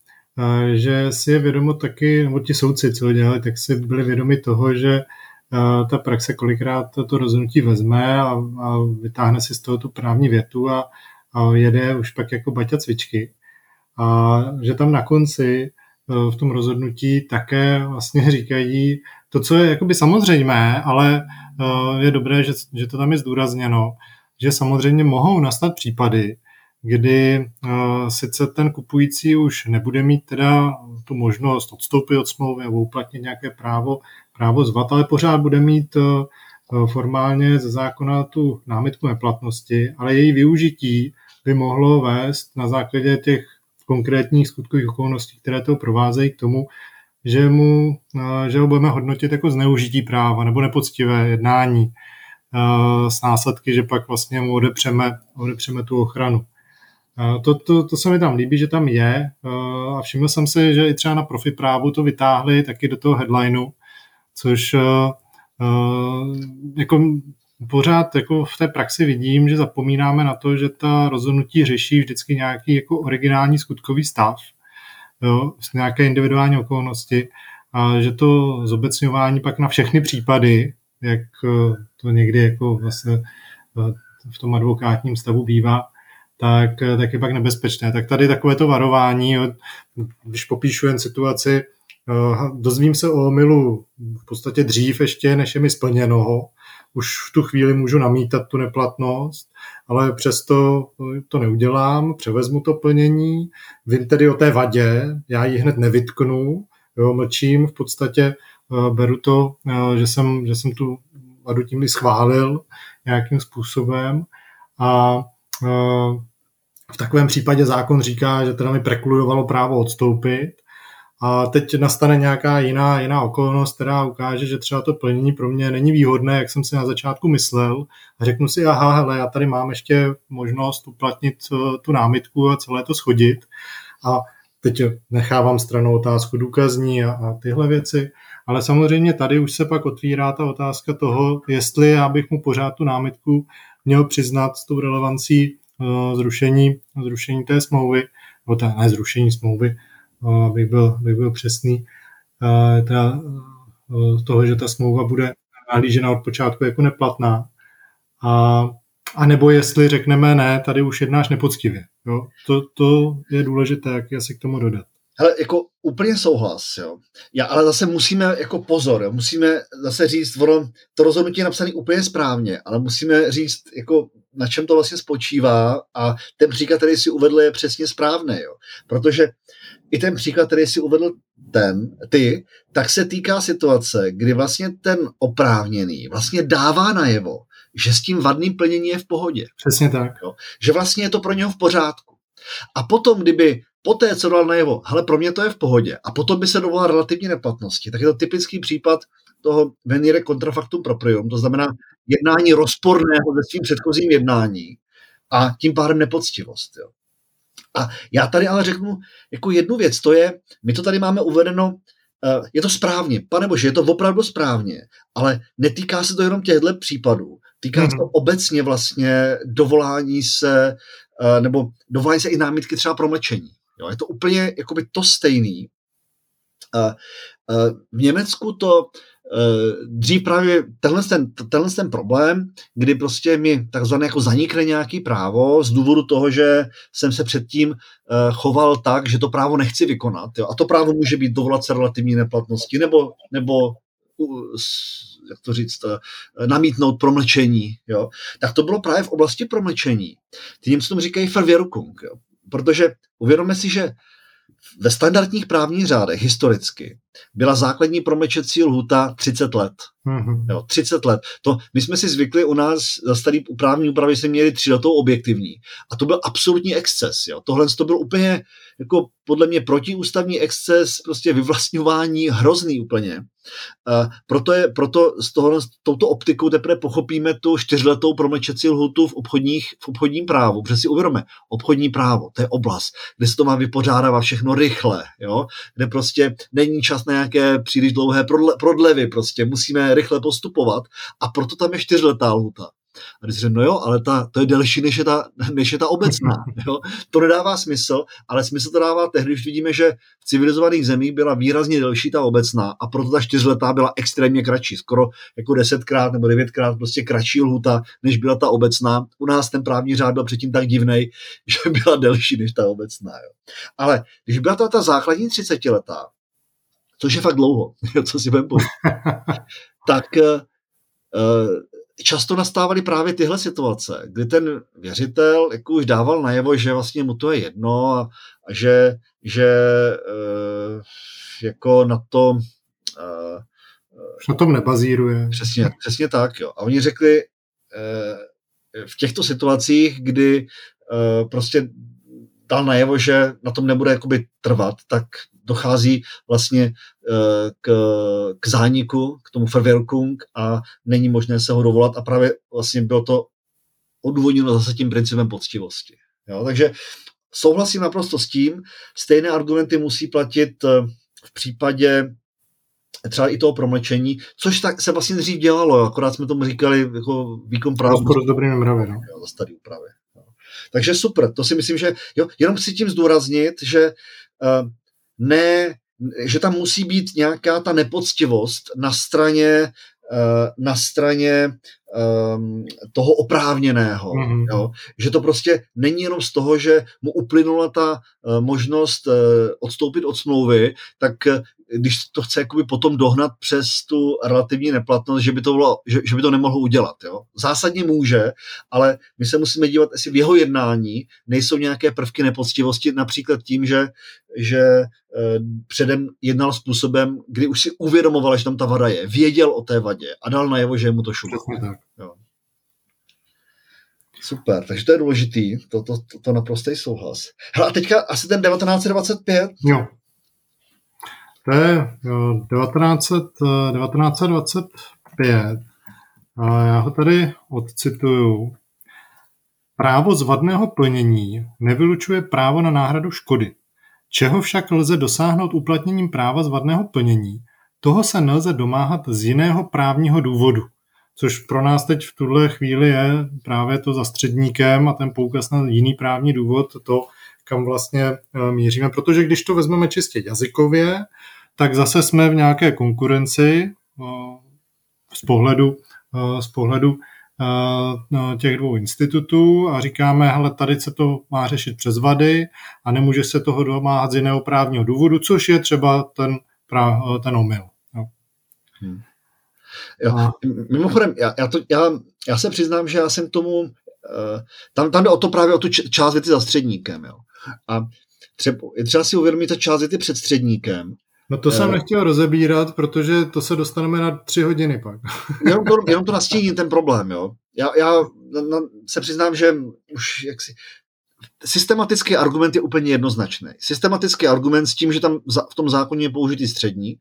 že si je vědomo taky, nebo ti soudci, co ho dělali, tak si byli vědomi toho, že ta praxe kolikrát to rozhodnutí vezme a, a vytáhne si z toho tu právní větu a, a jede už pak jako baťa cvičky. A že tam na konci v tom rozhodnutí také vlastně říkají to, co je jakoby samozřejmé, ale je dobré, že, že to tam je zdůrazněno, že samozřejmě mohou nastat případy, kdy uh, sice ten kupující už nebude mít teda tu možnost odstoupit od smlouvy nebo uplatnit nějaké právo, právo zvat, ale pořád bude mít uh, formálně ze zákona tu námitku neplatnosti, ale její využití by mohlo vést na základě těch konkrétních skutkových okolností, které to provázejí k tomu, že, mu, uh, že ho budeme hodnotit jako zneužití práva nebo nepoctivé jednání uh, s následky, že pak vlastně mu odepřeme, odepřeme tu ochranu. To, to, to se mi tam líbí, že tam je a všiml jsem si, že i třeba na profi právu to vytáhli taky do toho headlineu, což jako pořád jako v té praxi vidím, že zapomínáme na to, že ta rozhodnutí řeší vždycky nějaký jako originální skutkový stav, jo, nějaké individuální okolnosti a že to zobecňování pak na všechny případy, jak to někdy jako vlastně v tom advokátním stavu bývá, tak, tak je pak nebezpečné. Tak tady takovéto varování, když popíšu jen situaci, dozvím se o omylu v podstatě dřív ještě, než je mi splněno, už v tu chvíli můžu namítat tu neplatnost, ale přesto to neudělám, převezmu to plnění, vím tedy o té vadě, já ji hned nevytknu, jo, mlčím, v podstatě beru to, že jsem, že jsem tu vadu tím schválil nějakým způsobem a v takovém případě zákon říká, že teda mi prekludovalo právo odstoupit a teď nastane nějaká jiná, jiná okolnost, která ukáže, že třeba to plnění pro mě není výhodné, jak jsem si na začátku myslel a řeknu si, aha, hele, já tady mám ještě možnost uplatnit tu námitku a celé to shodit a teď nechávám stranou otázku důkazní a, a tyhle věci, ale samozřejmě tady už se pak otvírá ta otázka toho, jestli já bych mu pořád tu námitku měl přiznat s tou relevancí zrušení, zrušení té smlouvy, nebo ta, ne zrušení smlouvy, abych byl, abych byl přesný, ta, toho, že ta smlouva bude nahlížena od počátku jako neplatná. A, a nebo jestli řekneme ne, tady už jednáš nepoctivě. Jo? To, to je důležité, jak asi k tomu dodat. Hele, jako úplně souhlas, jo. Já, ale zase musíme jako pozor, jo. Musíme zase říct, ono, to rozhodnutí je napsané úplně správně, ale musíme říct, jako na čem to vlastně spočívá a ten příklad, který si uvedl, je přesně správný, jo. Protože i ten příklad, který si uvedl ten, ty, tak se týká situace, kdy vlastně ten oprávněný vlastně dává najevo, že s tím vadným plnění je v pohodě. Přesně tak. Jo. Že vlastně je to pro něho v pořádku. A potom, kdyby poté, co dal najevo, hele, pro mě to je v pohodě, a potom by se dovolal relativní neplatnosti, tak je to typický případ toho venire contrafactum proprium, to znamená jednání rozporného se svým předchozím jednání a tím pádem nepoctivost. Jo. A já tady ale řeknu jako jednu věc, to je, my to tady máme uvedeno, je to správně, panebože, je to opravdu správně, ale netýká se to jenom těchto případů, týká se to obecně vlastně dovolání se, nebo dovolání se i námitky třeba promlčení. Jo, je to úplně jakoby to stejný. V Německu to dřív právě tenhle ten, tenhle ten problém, kdy prostě mi takzvaně jako zanikne nějaký právo z důvodu toho, že jsem se předtím choval tak, že to právo nechci vykonat. Jo, a to právo může být dovolat se relativní neplatnosti nebo, nebo jak to říct, namítnout promlčení. Jo. Tak to bylo právě v oblasti promlčení. Ty Němci tomu říkají Verwirkung, jo. Protože uvědomme si, že ve standardních právních řádech historicky byla základní promlčecí lhůta třicet let. Mm-hmm. Jo, třicet let. To, my jsme si zvykli u nás za starý právní úpravy jsme měli tříletou objektivní. A to byl absolutní exces. Jo. Tohle to byl úplně jako podle mě protiústavní exces, prostě vyvlastňování hrozný úplně. Uh, proto, je, proto z toho, s touto optikou teprve pochopíme tu čtyřletou promlčecí lhůtu v, obchodních, v obchodním právu. Protože si uvědomíme, obchodní právo, to je oblast, kde se to má vypořádávat všechno rychle, jo? Kde prostě není čas na nějaké příliš dlouhé prodle, prodlevy, prostě musíme rychle postupovat a proto tam je čtyřletá lhůta. A když řekne, no jo, ale ta, to je delší, než je ta, než je ta obecná. Jo? To nedává smysl, ale smysl to dává tehdy, když vidíme, že v civilizovaných zemích byla výrazně delší ta obecná a proto ta čtyřletá byla extrémně kratší, skoro jako desetkrát nebo devětkrát prostě kratší lhůta, než byla ta obecná. U nás ten právní řád byl předtím tak divnej, že byla delší než ta obecná. Jo? Ale když byla ta, ta základní třicetiletá, což je fakt dlouho, co si budeme povědět, tak uh, často nastávaly právě tyhle situace, kdy ten věřitel jako už dával najevo, že vlastně mu to je jedno a, a že, že uh, jako na to uh, na tom nebazíruje. Přesně, přesně tak, jo. A oni řekli uh, v těchto situacích, kdy uh, prostě dal najevo, že na tom nebude jakoby trvat, tak dochází vlastně k, k zániku, k tomu Verwirkung a není možné se ho dovolat a právě vlastně bylo to odůvodněno zase tím principem poctivosti. Jo, takže souhlasím naprosto s tím, stejné argumenty musí platit v případě třeba i toho promlčení, což tak se vlastně dřív dělalo, akorát jsme tomu říkali jako výkon práva. Skoro s dobrým mravy, no. Jo, za starý úpravy. Jo. Takže super, to si myslím, že jo, jenom chci tím zdůraznit, že uh, ne, že tam musí být nějaká ta nepoctivost na straně, na straně um, toho oprávněného. Mm-hmm. Jo? Že to prostě není jenom z toho, že mu uplynula ta uh, možnost uh, odstoupit od smlouvy, tak uh, když to chce jakoby potom dohnat přes tu relativní neplatnost, že by to, bylo, že, že by to nemohl udělat. Jo? Zásadně může, ale my se musíme dívat, jestli v jeho jednání nejsou nějaké prvky nepoctivosti, například tím, že, že uh, předem jednal způsobem, kdy už si uvědomoval, že tam ta vada je, věděl o té vadě a dal najevo, že je mu to šumí. Jo. Super, takže to je důležitý, to, to, to, to naprostý souhlas. Hele, a teďka asi ten devatenáct set dvacet pět. Jo. To je jo, devatenáct set dvacet pět. A já ho tady odcituju. Právo z vadného plnění nevylučuje právo na náhradu škody. Čeho však lze dosáhnout uplatněním práva z vadného plnění, toho se nelze domáhat z jiného právního důvodu. Což pro nás teď v tuhle chvíli je právě to za středníkem a ten poukaz na jiný právní důvod, to, kam vlastně míříme. Protože když to vezmeme čistě jazykově, tak zase jsme v nějaké konkurenci z pohledu, z pohledu těch dvou institutů a říkáme, hele, tady se to má řešit přes vady a nemůže se toho domáhat z jiného právního důvodu, což je třeba ten, ten omyl. Jo. Hmm. Jo. A... Mimochodem, já, já, to, já, já se přiznám, že já jsem tomu, tam, tam jde o to právě o tu část věty za středníkem. Jo. A třeba, je třeba si uvědomit ta část věty před středníkem. No to jsem nechtěl rozebírat, protože to se dostaneme na tři hodiny pak. jenom, to, jenom to nastíním ten problém, jo. Já, já na, se přiznám, že už jaksi systematický argument je úplně jednoznačný. Systematický argument s tím, že tam v tom zákoně je použitý středník,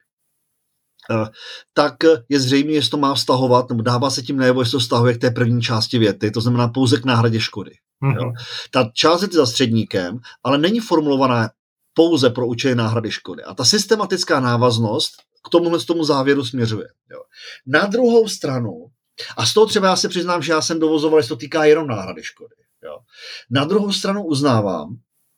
tak je zřejmé, jestli to má vztahovat, nebo dává se tím najevo, jestli to vztahuje k té první části věty, to znamená pouze k náhradě škody. Mm-hmm. Jo. Ta část věty za středníkem, ale není formulovaná pouze pro účely náhrady škody. A ta systematická návaznost k tomuhle z tomu závěru směřuje. Jo. Na druhou stranu, a z toho třeba já se přiznám, že já jsem dovozoval, že to týká jenom náhrady škody. Jo. Na druhou stranu uznávám,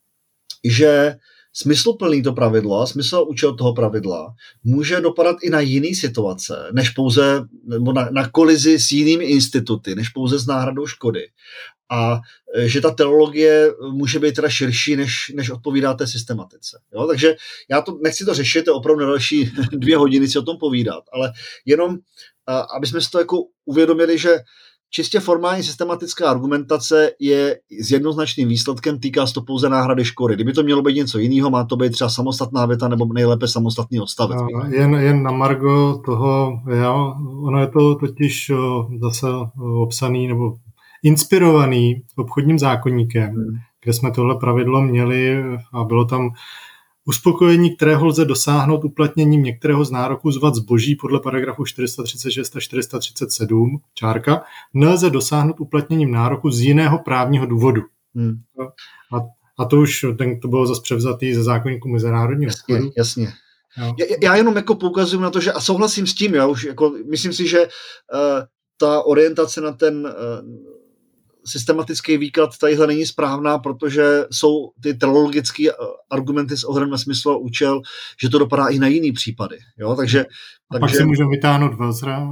že smysluplný to pravidlo a smysl a účel toho pravidla může dopadat i na jiné situace, než pouze, nebo na, na kolizi s jinými instituty, než pouze s náhradou škody. A že ta teologie může být teda širší, než, než odpovídá té systematice. Jo? Takže já to nechci to řešit, to je opravdu další dvě hodiny si o tom povídat, ale jenom, aby jsme si to jako uvědomili, že čistě formální systematická argumentace je s jednoznačným výsledkem, týká se to pouze náhrady škody. Kdyby to mělo být něco jiného, má to být třeba samostatná věta nebo nejlépe samostatný odstavec. No, jen, jen na margo toho, jo, ono je to totiž zase obsaný nebo inspirovaný obchodním zákoníkem, hmm. kde jsme tohle pravidlo měli a bylo tam uspokojení, kterého lze dosáhnout uplatněním některého z nároků zvat zboží podle paragrafu čtyři sta třicet šest a čtyři sta třicet sedm, čárka, nelze dosáhnout uplatněním nároku z jiného právního důvodu. Hmm. A, a to už ten, to bylo zase převzatý ze zákoníku mezinárodního obchodu. Jasně. Já, já jenom jako poukazuju na to, že a souhlasím s tím, já už jako, myslím si, že uh, ta orientace na ten uh, systematický výklad tadyhle není správná, protože jsou ty teologické argumenty s ohledem na smysl a účel, že to dopadá i na jiný případy. Jo? Takže, a takže... pak si můžeme vytáhnout Welsera.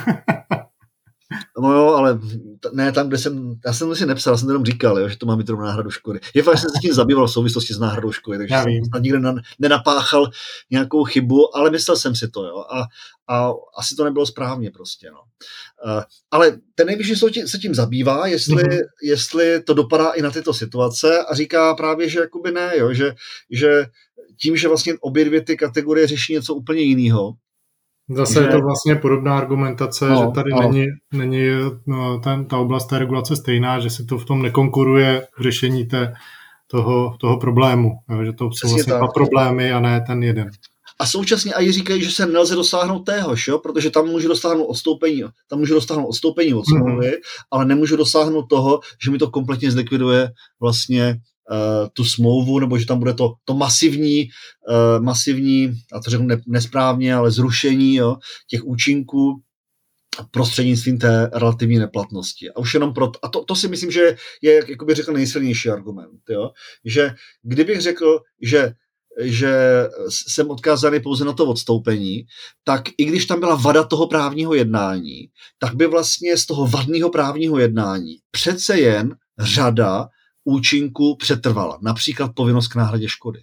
No jo, ale ne tam, kde jsem, já jsem to si nepsal, já jsem jenom říkal, jo, že to má být rovnou náhradu škody. Je fakt, že jsem se tím zabýval v souvislosti s náhradou škody, takže jsem tam nikde na, nenapáchal nějakou chybu, ale myslel jsem si to, jo, a, a asi to nebylo správně prostě, no. Uh, ale ten nejvyšší soud se tím zabývá, jestli, mm-hmm. jestli to dopadá i na tyto situace a říká právě, že jakoby ne, jo, že, že tím, že vlastně obě dvě ty kategorie řeší něco úplně jiného. Zase že... je to vlastně podobná argumentace, no, že tady no. není, není no, ten, ta oblast té regulace stejná, že se to v tom nekonkuruje v řešení té, toho, toho problému. Jo, že to jsou Přesně vlastně tak. dva problémy a ne ten jeden. A současně i říkají, že se nelze dosáhnout téhož, jo? Protože tam můžu dosáhnout odstoupení, tam můžu dosáhnout odstoupení od smlouvy, mm-hmm. ale nemůžu dosáhnout toho, že mi to kompletně zlikviduje vlastně Uh, tu smlouvu, nebo že tam bude to, to masivní, uh, masivní, a to řeknu ne, nesprávně, ale zrušení jo, těch účinků prostřednictvím té relativní neplatnosti. A už jenom proto, a to, to si myslím, že je, jak bych řekl, nejsilnější argument. Jo? Že kdybych řekl, že že jsem odkázaný pouze na to odstoupení, tak i když tam byla vada toho právního jednání, tak by vlastně z toho vadného právního jednání přece jen řada účinku přetrvala. Například povinnost k náhradě škody.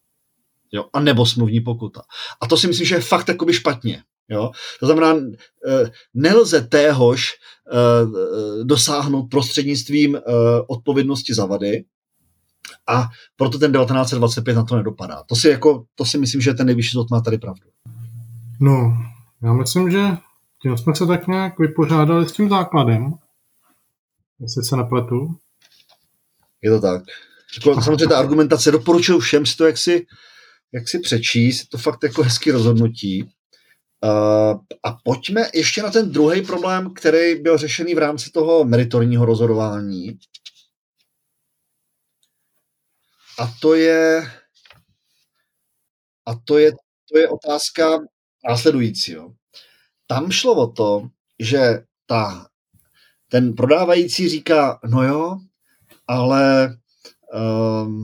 Jo? A nebo smluvní pokuta. A to si myslím, že je fakt takoby špatně. Jo? To znamená, nelze téhož dosáhnout prostřednictvím odpovědnosti za vady a proto ten devatenáct dvacet pět na to nedopadá. To si, jako, to si myslím, že ten nejvyšší soud má tady pravdu. No, já myslím, že tím jsme se tak nějak vypořádali s tím základem. Jestli se nepletu. Je to tak. Jako, samozřejmě ta argumentace doporučuji všem si to jak si, jak si přečíst. Je to fakt jako hezký rozhodnutí. Uh, a pojďme ještě na ten druhý problém, který byl řešený v rámci toho meritorního rozhodování. A to je a to je, to je otázka následující. Jo. Tam šlo o to, že ta, ten prodávající říká, no jo, ale um,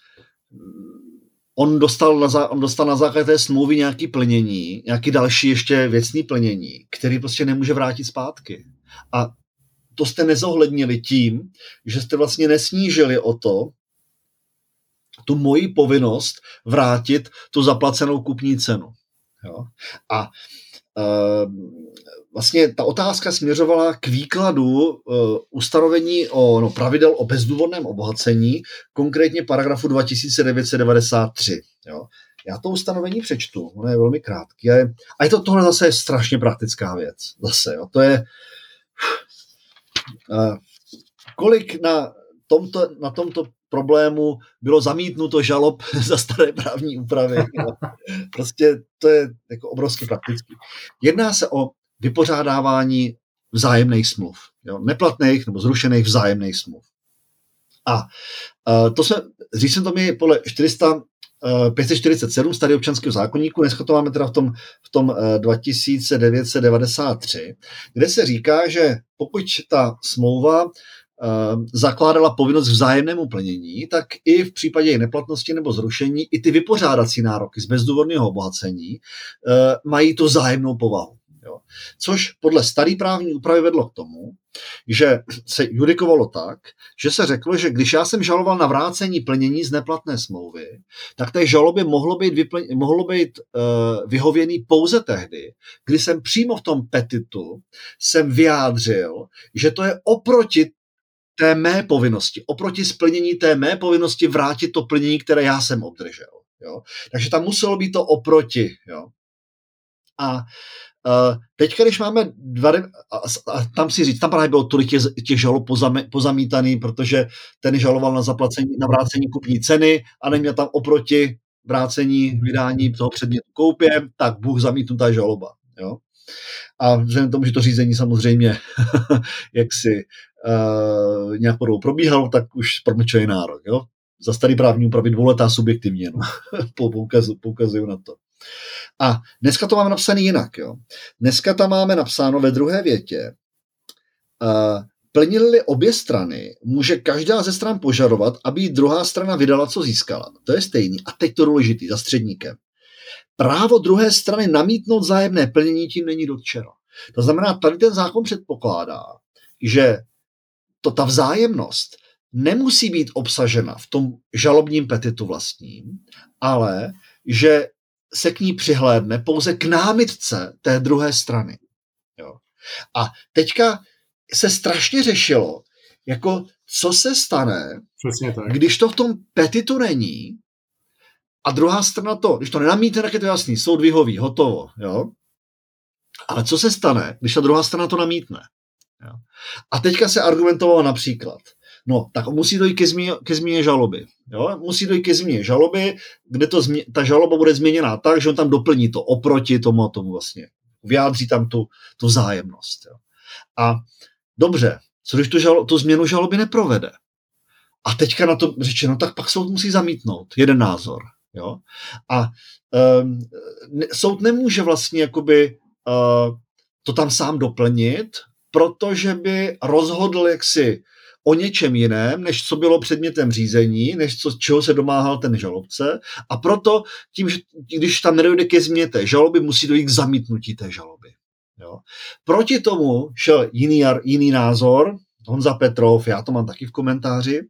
on, dostal na zá, on dostal na základě té smlouvy nějaké plnění, nějaké další ještě věcné plnění, který prostě nemůže vrátit zpátky. A to jste nezohlednili tím, že jste vlastně nesnížili o to tu moji povinnost vrátit tu zaplacenou kupní cenu. Jo? A uh, vlastně ta otázka směřovala k výkladu uh, ustanovení o no, pravidel o bezdůvodném obohacení, konkrétně paragrafu dva tisíce devět set devadesát tři. Jo? Já to ustanovení přečtu, ono je velmi krátké. A je to tohle zase je strašně praktická věc. Zase, jo? To je uh, kolik na tomto, na tomto problému bylo zamítnuto žalob za staré právní úpravy. Prostě to je jako obrovsky praktický. Jedná se o vypořádávání vzájemných smluv. Jo? Neplatných nebo zrušených vzájemných smluv. A uh, to jsme, říct jsem to mi podle čtyři sta pět set čtyřicet sedm starý občanského zákoníku, dneska to máme teda v tom, v tom dva tisíce devět set devadesát tři, kde se říká, že pokud ta smlouva zakládala povinnost vzájemnému plnění, tak i v případě její neplatnosti nebo zrušení i ty vypořádací nároky z bezdůvodného obohacení mají tu vzájemnou povahu. Jo. Což podle staré právní úpravy vedlo k tomu, že se judikovalo tak, že se řeklo, že když já jsem žaloval na vrácení plnění z neplatné smlouvy, tak té žalobě mohlo být, vyplň, mohlo být uh, vyhověný pouze tehdy, kdy jsem přímo v tom petitu jsem vyjádřil, že to je oproti té mé povinnosti, oproti splnění té mé povinnosti vrátit to plnění, které já jsem obdržel. Jo? Takže tam muselo být to oproti. Jo? A uh, teďka, když máme dva, a, a tam si říct, tam právě bylo tolik těch, těch žalob pozam, pozamítaný, protože ten žaloval na zaplacení, na vrácení kupní ceny a neměl tam oproti vrácení vydání toho předmětu koupě, tak Bůh zamítnutá žaloba. Jo? A vzhledem k tomu, že to řízení samozřejmě jaksi uh, nějak podobou probíhalo, tak už promlčený nárok. Jo? Za starý právní úpravy dvouletá subjektivně. No. Poukazuju, poukazuju na to. A dneska to máme napsané jinak. Jo? Dneska tam máme napsáno ve druhé větě, uh, plnily obě strany, může každá ze stran požadovat, aby jí druhá strana vydala, co získala. To je stejný. A teď to důležitý, za středníkem. Právo druhé strany namítnout vzájemné plnění tím není dotčeno. To znamená, tady ten zákon předpokládá, že to, ta vzájemnost nemusí být obsažena v tom žalobním petitu vlastním, ale že se k ní přihlédne pouze k námitce té druhé strany. Jo. A teďka se strašně řešilo, jako co se stane, když to v tom petitu není a druhá strana to, když to nenamítne, tak je to jasný, soud vyhoví, hotovo. Jo. Ale co se stane, když ta druhá strana to namítne? Jo. A teďka se argumentovalo například, no, tak musí dojít ke změně, ke změně žaloby. Jo? Musí dojít ke změně žaloby, kde to změ, ta žaloba bude změněná tak, že on tam doplní to oproti tomu a tomu vlastně. Vyjádří tam tu, tu vzájemnost. Jo? A dobře, co když tu, žalo, tu změnu žaloby neprovede? A teďka na to řečeno, tak pak soud musí zamítnout jeden názor. Jo? A um, ne, soud nemůže vlastně jakoby uh, to tam sám doplnit, protože by rozhodl jaksi o něčem jiném, než co bylo předmětem řízení, než co, čeho se domáhal ten žalobce. A proto, tím, že když tam nedojde ke změně té žaloby, musí dojít k zamítnutí té žaloby. Jo. Proti tomu šel jiný, jiný názor, Honza Petrov, já to mám taky v komentáři,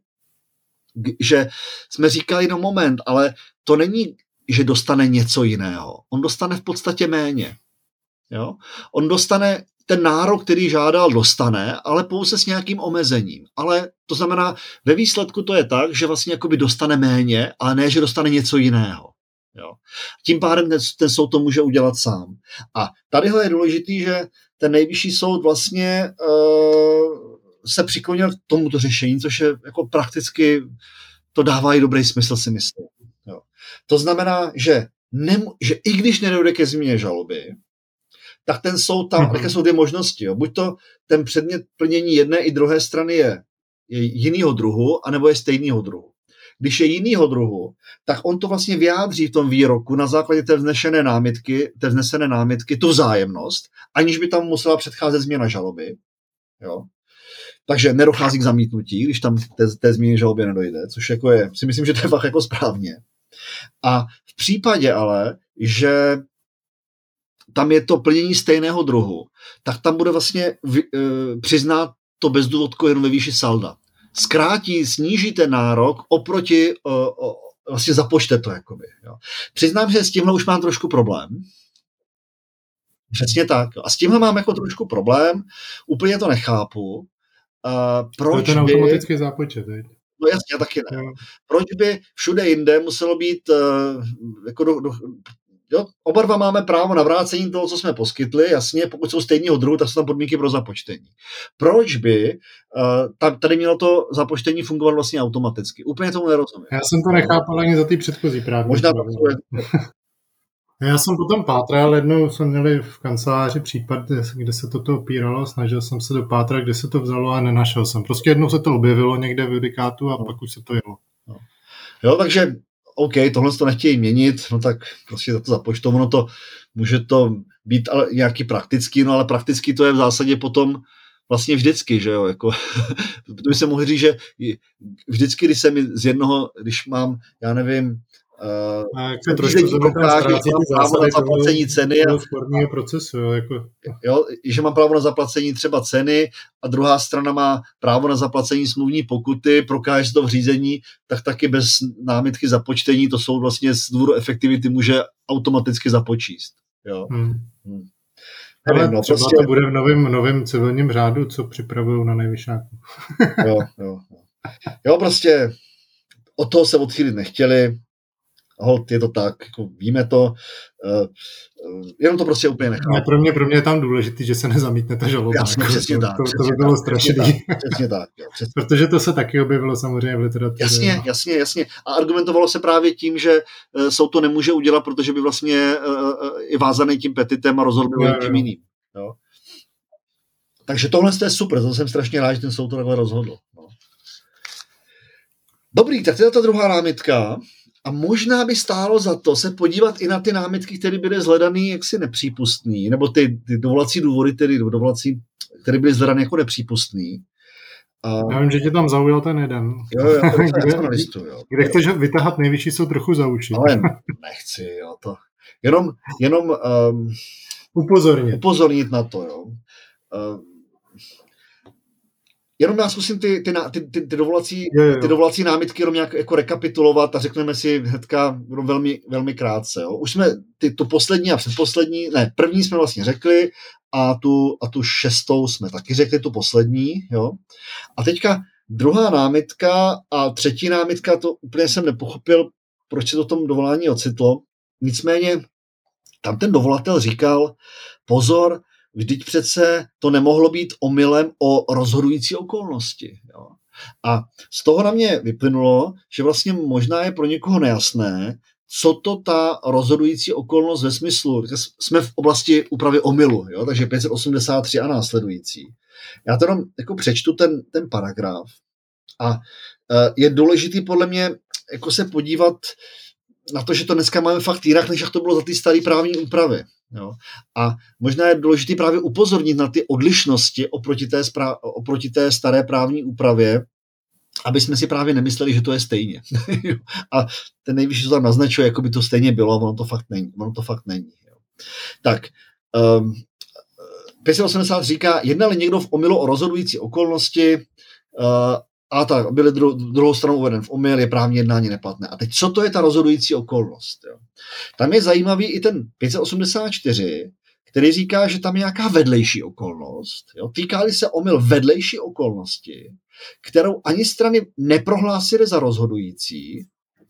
že jsme říkali, no moment, ale to není, že dostane něco jiného. On dostane v podstatě méně. Jo. On dostane ten nárok, který žádal, dostane, ale pouze s nějakým omezením. Ale to znamená, ve výsledku to je tak, že vlastně jakoby dostane méně, ale ne, že dostane něco jiného. Jo. Tím pádem ten, ten soud to může udělat sám. A tadyhle je důležitý, že ten nejvyšší soud vlastně uh, se přiklonil k tomuto řešení, což je jako prakticky, to dává i dobrý smysl, si myslím. Jo. To znamená, že, nem, že i když nedojde ke změně žaloby, tak ten soud tam, mm-hmm. jaké jsou dvě možnosti. Jo. Buď to ten předmět plnění jedné i druhé strany je, je jinýho druhu, anebo je stejného druhu. Když je jinýho druhu, tak on to vlastně vyjádří v tom výroku na základě té vznesené námitky, té vznesené námitky tu vzájemnost, aniž by tam musela předcházet změna žaloby. Jo. Takže nedochází k zamítnutí, když tam té, té změny žaloby nedojde, což jako je, si myslím, že to je fakt jako správně. A v případě ale, že tam je to plnění stejného druhu, tak tam bude vlastně vy, e, přiznat to bezdůvodko jenom ve výši salda. Zkrátí, sníží ten nárok oproti, o, o, vlastně započte to. Jakoby, jo. Přiznám, že s tímhle už mám trošku problém. Přesně tak. A s tímhle mám jako trošku problém. Úplně to nechápu. Uh, proč to je ten by... automatický zápočet. Je. No jasně, taky ne. Jo. Proč by všude jinde muselo být uh, jako do, do, jo, oba dva máme právo na vrácení toho, co jsme poskytli, jasně, pokud jsou stejného druhu, tak jsou tam podmínky pro započtení. Proč by uh, tady mělo to započtení fungovat vlastně automaticky? Úplně tomu nerozumím. Já jsem to nechápal ani za ty předchozí právě. Možná to je... Já jsem potom pátral, jednou jsme měli v kanceláři případ, kde se toto opíralo, snažil jsem se dopátrat, kde se to vzalo a nenašel jsem. Prostě jednou se to objevilo někde v judikátu a no. Pak už se to jelo. No. Jo, takže OK, tohle to nechtějí měnit, no tak prostě za to započtou, ono to může to být ale nějaký praktický, no ale prakticky to je v zásadě potom vlastně vždycky, že jo, jako, to by se mohli říct, že vždycky, když se mi z jednoho, když mám, já nevím, Uh, trošku ztrácí právo na zaplacení ceny a procesu, jo, jako... jo, že mám právo na zaplacení třeba ceny a druhá strana má právo na zaplacení smluvní pokuty, prokáže se to v řízení, tak taky bez námitky započtení to soud vlastně z důvodu efektivity může automaticky započíst. Jo. Hmm. Hmm. Ale Nevím, no, třeba prostě... to bude v novém, novém civilním řádu, co připravují na nejvyššáku. jo, jo, jo. jo, prostě od toho se odchýlit nechtěli. Hold, je to tak, jako víme to, uh, uh, jenom to prostě úplně nechápu. Pro mě, pro mě je tam důležitý, že se nezamítne ta žaloba. Jasně, přesně to, tak. To, přesně to by bylo tak, strašný. Přesně tak, přesně tak jo, přesně. Protože to se taky objevilo samozřejmě v literatuře. Jasně, jasně, jasně. A argumentovalo se právě tím, že uh, soud to nemůže udělat, protože by vlastně uh, uh, je vázaný tím petitem a rozhodl by tím jiným. Jo. Takže tohle je super, to jsem strašně rád, že ten soud to takhle rozhodl. No. Dobrý, tak to je ta druhá námitka. A možná by stálo za to se podívat i na ty námitky, které byly zhledané jaksi nepřípustný, nebo ty, ty dovolací důvody, tedy dovolací, které byly zhledané jako nepřípustný. A... Já vím, že tě tam zaujal ten jeden. Jo, jo, to kde, na listu, jo. Kde chceš vytahat nejvyšší, jsou trochu zaučí. Ale nechci, jo, to. Jenom, jenom um, upozornit. upozornit na to, jo. Um, Jenom já zkusím ty, ty, ty, ty, ty, dovolací, jo, jo. ty dovolací námitky jenom nějak jako rekapitulovat a řekneme si hnedka velmi, velmi krátce. Jo. Už jsme ty, tu poslední a předposlední, ne, první jsme vlastně řekli a tu, a tu šestou jsme taky řekli, tu poslední. Jo. A teďka druhá námitka a třetí námitka, to úplně jsem nepochopil, proč se to tom dovolání ocitlo. Nicméně tam ten dovolatel říkal, pozor, vždyť přece to nemohlo být omylem o rozhodující okolnosti. Jo. A z toho na mě vyplynulo, že vlastně možná je pro někoho nejasné, co to ta rozhodující okolnost ve smyslu, jsme v oblasti úpravy omylu, jo, takže pět set osmdesát tři a následující. Já to jenom jako přečtu ten, ten paragraf a je důležitý podle mě jako se podívat na to, že to dneska máme fakt jinak, než jak to bylo za ty staré právní úpravy. Jo. A možná je důležité právě upozornit na ty odlišnosti oproti té, spra- oproti té staré právní úpravě, aby jsme si právě nemysleli, že to je stejně. A ten nejvyšší to tam naznačuje, jako by to stejně bylo, a ono to fakt není. Ono to fakt není. Jo. Tak, um, pět set osmdesát říká, jednali někdo v omylu o rozhodující okolnosti, uh, a tak, byly dru, druhou stranou uveden v omyl, je právní jednání neplatné. A teď, co to je ta rozhodující okolnost? Jo? Tam je zajímavý i ten pět set osmdesát čtyři, který říká, že tam je nějaká vedlejší okolnost. Jo? Týká-li se omyl vedlejší okolnosti, kterou ani strany neprohlásily za rozhodující,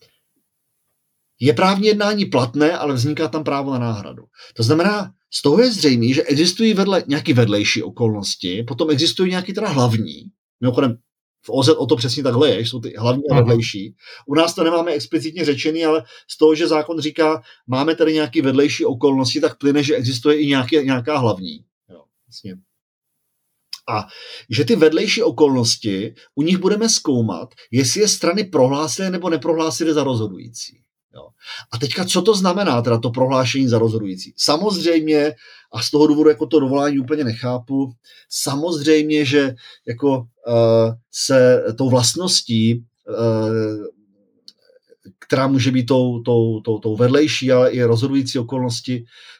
je právní jednání platné, ale vzniká tam právo na náhradu. To znamená, z toho je zřejmé, že existují vedle nějaké vedlejší okolnosti, potom existují nějaké teda hlavní, mimochodem v O Z o to přesně takhle je, jsou ty hlavní a vedlejší. U nás to nemáme explicitně řečený, ale z toho, že zákon říká, máme tady nějaké vedlejší okolnosti, tak plyne, že existuje i nějaké, nějaká hlavní. Jo, vlastně. A že ty vedlejší okolnosti, u nich budeme zkoumat, jestli je strany prohlásily nebo neprohlásily za rozhodující. Jo. A teďka, co to znamená, teda to prohlášení za rozhodující? Samozřejmě, a z toho důvodu jako to dovolání úplně nechápu, samozřejmě, že jako uh, se tou vlastností, uh, která může být tou, tou, tou, tou vedlejší, ale i rozhodující okolnosti,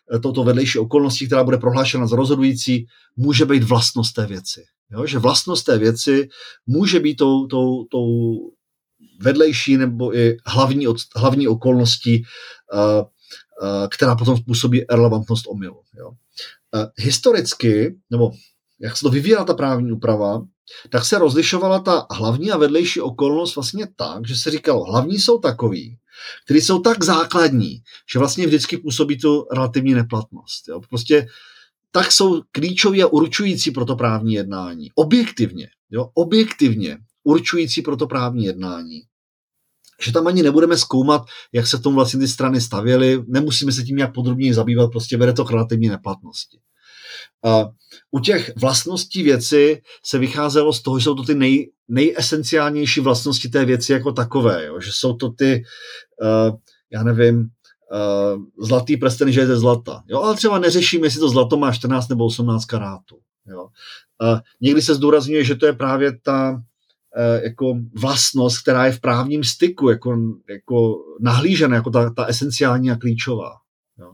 touto vedlejší okolností, která bude prohlášena za rozhodující, může být vlastnost té věci. Jo? Že vlastnost té věci může být tou, tou, tou vedlejší nebo i hlavní, hlavní okolností, uh, uh, která potom způsobí relevantnost omylu. Jo? Uh, historicky, nebo jak se to vyvíjela ta právní úprava, tak se rozlišovala ta hlavní a vedlejší okolnost vlastně tak, že se říkalo, hlavní jsou takový, který jsou tak základní, že vlastně vždycky působí tu relativní neplatnost. Jo? Prostě tak jsou klíčoví a určující pro to právní jednání. Objektivně, jo? Objektivně určující pro to právní jednání. Že tam ani nebudeme zkoumat, jak se k tomu vlastně ty strany stavěly, nemusíme se tím nějak podrobněji zabývat, prostě vede to k relativní neplatnosti. Uh, u těch vlastností věci se vycházelo z toho, že jsou to ty nej, nejesenciálnější vlastnosti té věci jako takové, jo? Že jsou to ty, uh, já nevím, uh, zlatý prsten, že je ze zlata. Jo? Ale třeba neřešíme, jestli to zlato má čtrnáct nebo osmnáct karátů. Jo? Uh, někdy se zdůrazňuje, že to je právě ta uh, jako vlastnost, která je v právním styku jako, jako nahlížena, jako ta, ta esenciální a klíčová. Jo?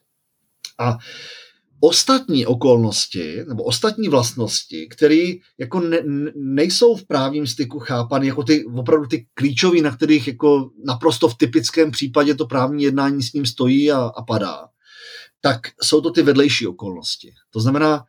A ostatní okolnosti nebo ostatní vlastnosti, které jako ne, nejsou v právním styku chápány jako ty opravdu ty klíčové, na kterých jako naprosto v typickém případě to právní jednání s ním stojí a, a padá, tak jsou to ty vedlejší okolnosti. To znamená,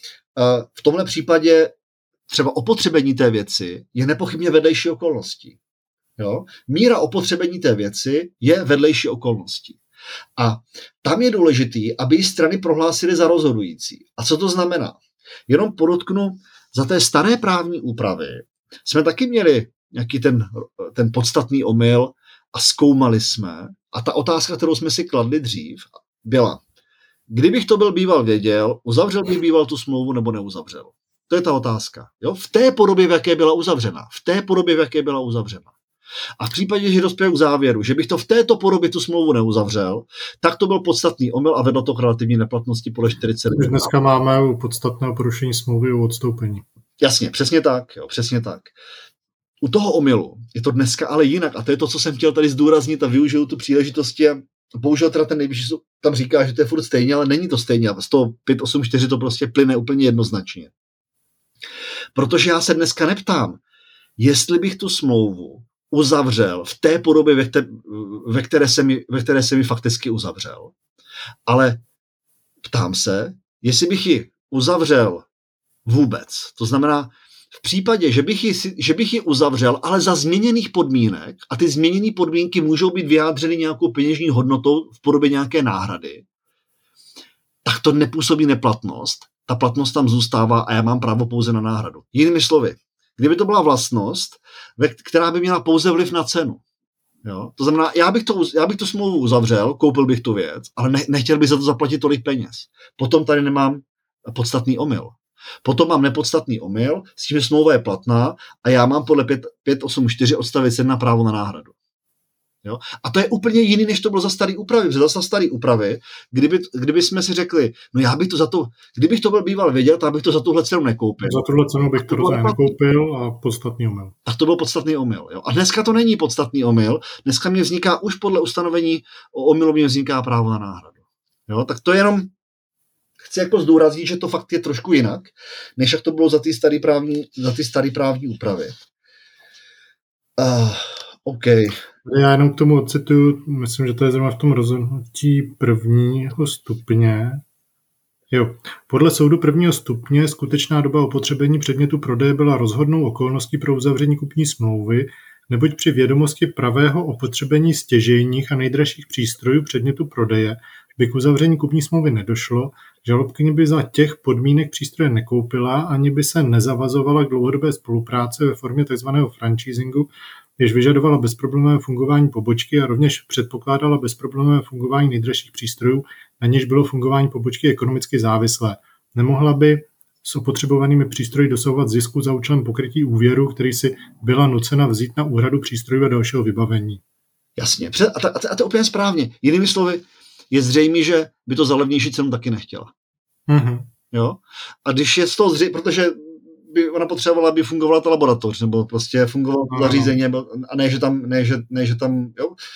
v tomhle případě třeba opotřebení té věci je nepochybně vedlejší okolností. Jo? Míra opotřebení té věci je vedlejší okolností. A tam je důležitý, aby ji strany prohlásily za rozhodující. A co to znamená? Jenom podotknu, za té staré právní úpravy jsme taky měli nějaký ten, ten podstatný omyl a zkoumali jsme. A ta otázka, kterou jsme si kladli dřív, byla, kdybych to byl býval věděl, uzavřel bych býval tu smlouvu nebo neuzavřel? To je ta otázka. Jo? V té podobě, v jaké byla uzavřena. V té podobě, v jaké byla uzavřena. A v případě, že dospěl k závěru, že bych to v této podobě tu smlouvu neuzavřel, tak to byl podstatný omyl a vedlo to k relativní neplatnosti podle čtyřicet devět. Dneska máme u podstatného porušení smlouvy o odstoupení. Jasně, přesně tak, jo, přesně tak. U toho omylu je to dneska ale jinak a to je to, co jsem chtěl tady zdůraznit a využiju tu příležitosti a bohužel teda ten nejvyšší tam říká, že to je furt stejně, ale není to stejně a z toho pět osm čtyři to prostě plyne úplně jednoznačně. Protože já se dneska neptám, jestli bych tu smlouvu uzavřel v té podobě, ve které, ve které, se mi, ve které se mi fakticky uzavřel. Ale ptám se, jestli bych ji uzavřel vůbec. To znamená, v případě, že bych ji, že bych ji uzavřel, ale za změněných podmínek, a ty změněné podmínky můžou být vyjádřeny nějakou peněžní hodnotou v podobě nějaké náhrady, tak to nepůsobí neplatnost. Ta platnost tam zůstává a já mám právo pouze na náhradu. Jinými slovy, kdyby to byla vlastnost, která by měla pouze vliv na cenu. Jo? To znamená, já bych, to, já bych tu smlouvu uzavřel, koupil bych tu věc, ale ne, nechtěl bych za to zaplatit tolik peněz. Potom tady nemám podstatný omyl. Potom mám nepodstatný omyl, s tím, že smlouva je platná a já mám podle pět osm čtyři odstavec jedna právo na náhradu. Jo? A to je úplně jiný, než to bylo za starý úpravy. Protože za starý úpravy, kdyby, kdyby jsme si řekli, no já bych to za to, kdybych to byl býval věděl, tak bych to za tuhle cenu nekoupil. Za tuhle cenu bych to rozhodně nekoupil a podstatný omyl. Tak to byl podstatný omyl. Jo? A dneska to není podstatný omyl. Dneska mě vzniká už podle ustanovení o omylu mě vzniká právo na náhradu. Jo? Tak to jenom chci jako zdůraznit, že to fakt je trošku jinak, než jak to bylo za ty staré právní, za ty staré právní úpravy. Uh, OK. Já jenom k tomu odcituju, myslím, že to je zrovna v tom rozhodnutí prvního stupně. Jo. Podle soudu prvního stupně skutečná doba opotřebení předmětu prodeje byla rozhodnou okolností pro uzavření kupní smlouvy, neboť při vědomosti pravého opotřebení stěžejních a nejdražších přístrojů předmětu prodeje by k uzavření kupní smlouvy nedošlo, žalobkyně by za těch podmínek přístroje nekoupila, ani by se nezavazovala k dlouhodobé spolupráci ve formě tzv. Franchisingu, jež vyžadovala bezproblémové fungování pobočky a rovněž předpokládala bezproblémové fungování nejdražších přístrojů, na něž bylo fungování pobočky ekonomicky závislé. Nemohla by s opotřebovanými přístroji dosahovat zisku za účelem pokrytí úvěru, který si byla nucena vzít na úhradu přístrojů a dalšího vybavení. Jasně, a to, a to úplně správně. Jinými slovy, je zřejmé, že by to za levnější cenu taky nechtěla. Mm-hmm. Jo? A když je z toho zřejmě, protože by ona potřebovala, aby fungovala ta laboratoř, nebo prostě fungovalo to zařízení, a ne, že tam, ne, že, ne, že tam, jo?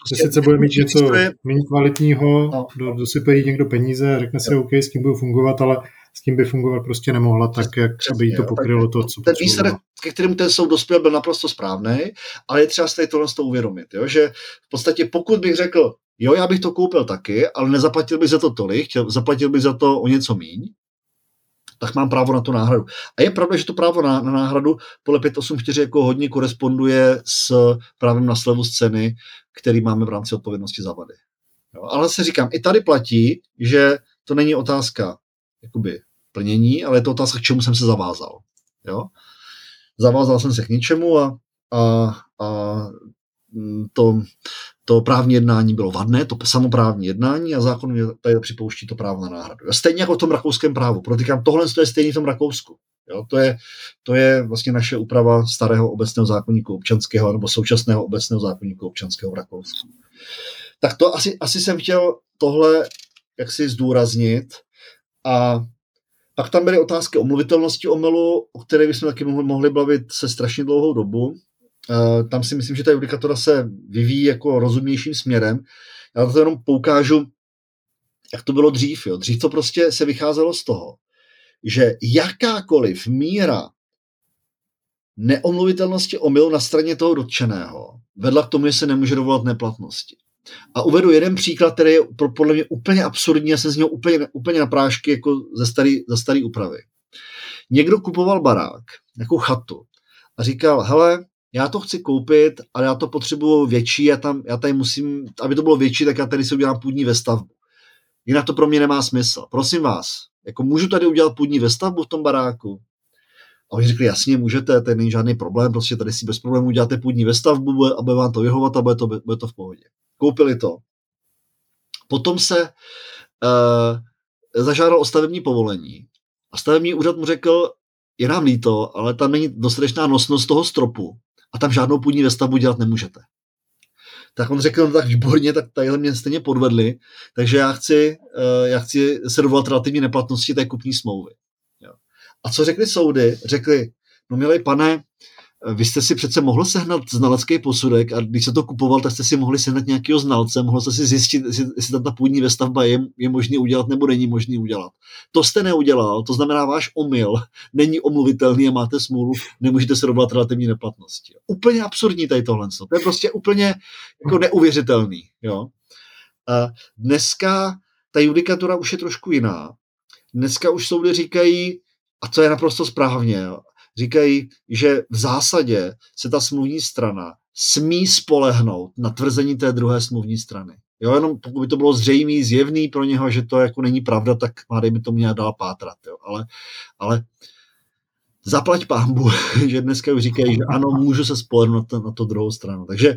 že sice bude mít něco přístroje... méně kvalitního, no, do, dosype někdo peníze, řekne si, OK, s tím budu fungovat, ale s tím by fungovat prostě nemohla, tak jak přesně, aby jí to pokrylo to, co ten výsledek, ke kterému ten soud dospěl, byl naprosto správný, ale je třeba si tady tohle to uvědomit, jo? Že v podstatě pokud bych řekl, jo, já bych to koupil taky, ale nezaplatil bych za to tolik, zaplatil bych za to o něco míň, tak mám právo na tu náhradu. A je pravda, že to právo na, na náhradu podle pět osm čtyři jako hodně koresponduje s právem na slevu z ceny, který máme v rámci odpovědnosti za vady. Jo, ale se říkám, i tady platí, že to není otázka jakoby plnění, ale je to otázka, k čemu jsem se zavázal. Jo? Zavázal jsem se k ničemu a, a, a to, to právní jednání bylo vadné, to samoprávní jednání a zákon mě tady připouští to právo na náhradu. Stejně jako v tom rakouském právu. Protýkám, tohle je stejný v tom Rakousku. Jo? To, je, to je vlastně naše úprava starého obecného zákoníku občanského nebo současného obecného zákoníku občanského v Rakousku. Tak to asi, asi jsem chtěl tohle jaksi zdůraznit. A pak tam byly otázky omluvitelnosti omylu, o které bychom taky mohli, mohli bavit se strašně dlouhou dobu. E, tam si myslím, že ta judikatura se vyvíjí jako rozumnějším směrem. Já to jenom poukážu, jak to bylo dřív. Jo. Dřív to prostě se vycházelo z toho, že jakákoliv míra neomluvitelnosti omylu na straně toho dotčeného vedla k tomu, že se nemůže dovolat neplatnosti. A uvedu jeden příklad, který je podle mě úplně absurdní a jsem z něho úplně, úplně na prášky jako ze starý, ze starý úpravy. Někdo kupoval barák, nějakou chatu a říkal, hele, já to chci koupit, ale já to potřebuju větší, já, tam, já tady musím, aby to bylo větší, tak já tady si udělám půdní vestavbu. Jinak to pro mě nemá smysl. Prosím vás, jako můžu tady udělat půdní vestavbu v tom baráku? A oni řekli, jasně, můžete, to není žádný problém, prostě tady si bez problémů uděláte půdní vestavbu a bude vám to vyhovovat a bude to, bude to v pohodě. Koupili to. Potom se uh, zažádal o stavební povolení a stavební úřad mu řekl, je nám líto, ale tam není dostatečná nosnost toho stropu a tam žádnou půdní vestavbu dělat nemůžete. Tak on řekl, no tak výborně, tak tadyhle mě stejně podvedli, takže já chci, uh, já chci se dovolat relativní neplatnosti té kupní smlouvy. Jo. A co řekli soudy? Řekli, no milý pane, vy jste si přece mohl sehnat znalecký posudek a když se to kupoval, tak jste si mohli sehnat nějakého znalce, mohl jste si zjistit, jestli, jestli tam ta půdní vestavba je, je možný udělat nebo není možný udělat. To jste neudělal, to znamená váš omyl není omluvitelný a máte smůlu, nemůžete se dovolat relativní neplatnosti. Úplně absurdní tady tohle. To je prostě úplně jako neuvěřitelný. Jo? A dneska ta judikatura už je trošku jiná. Dneska už soudy říkají, a to je naprosto správně, jo? Říkají, že v zásadě se ta smluvní strana smí spolehnout na tvrzení té druhé smluvní strany. Jo, jenom pokud by to bylo zřejmý, zjevný pro něho, že to jako není pravda, tak má dejme tomu nějak dál pátrat. Jo. Ale, ale zaplať pánbu, že dneska už říkají, že ano, můžu se spolehnout na to, na to druhou stranu. Takže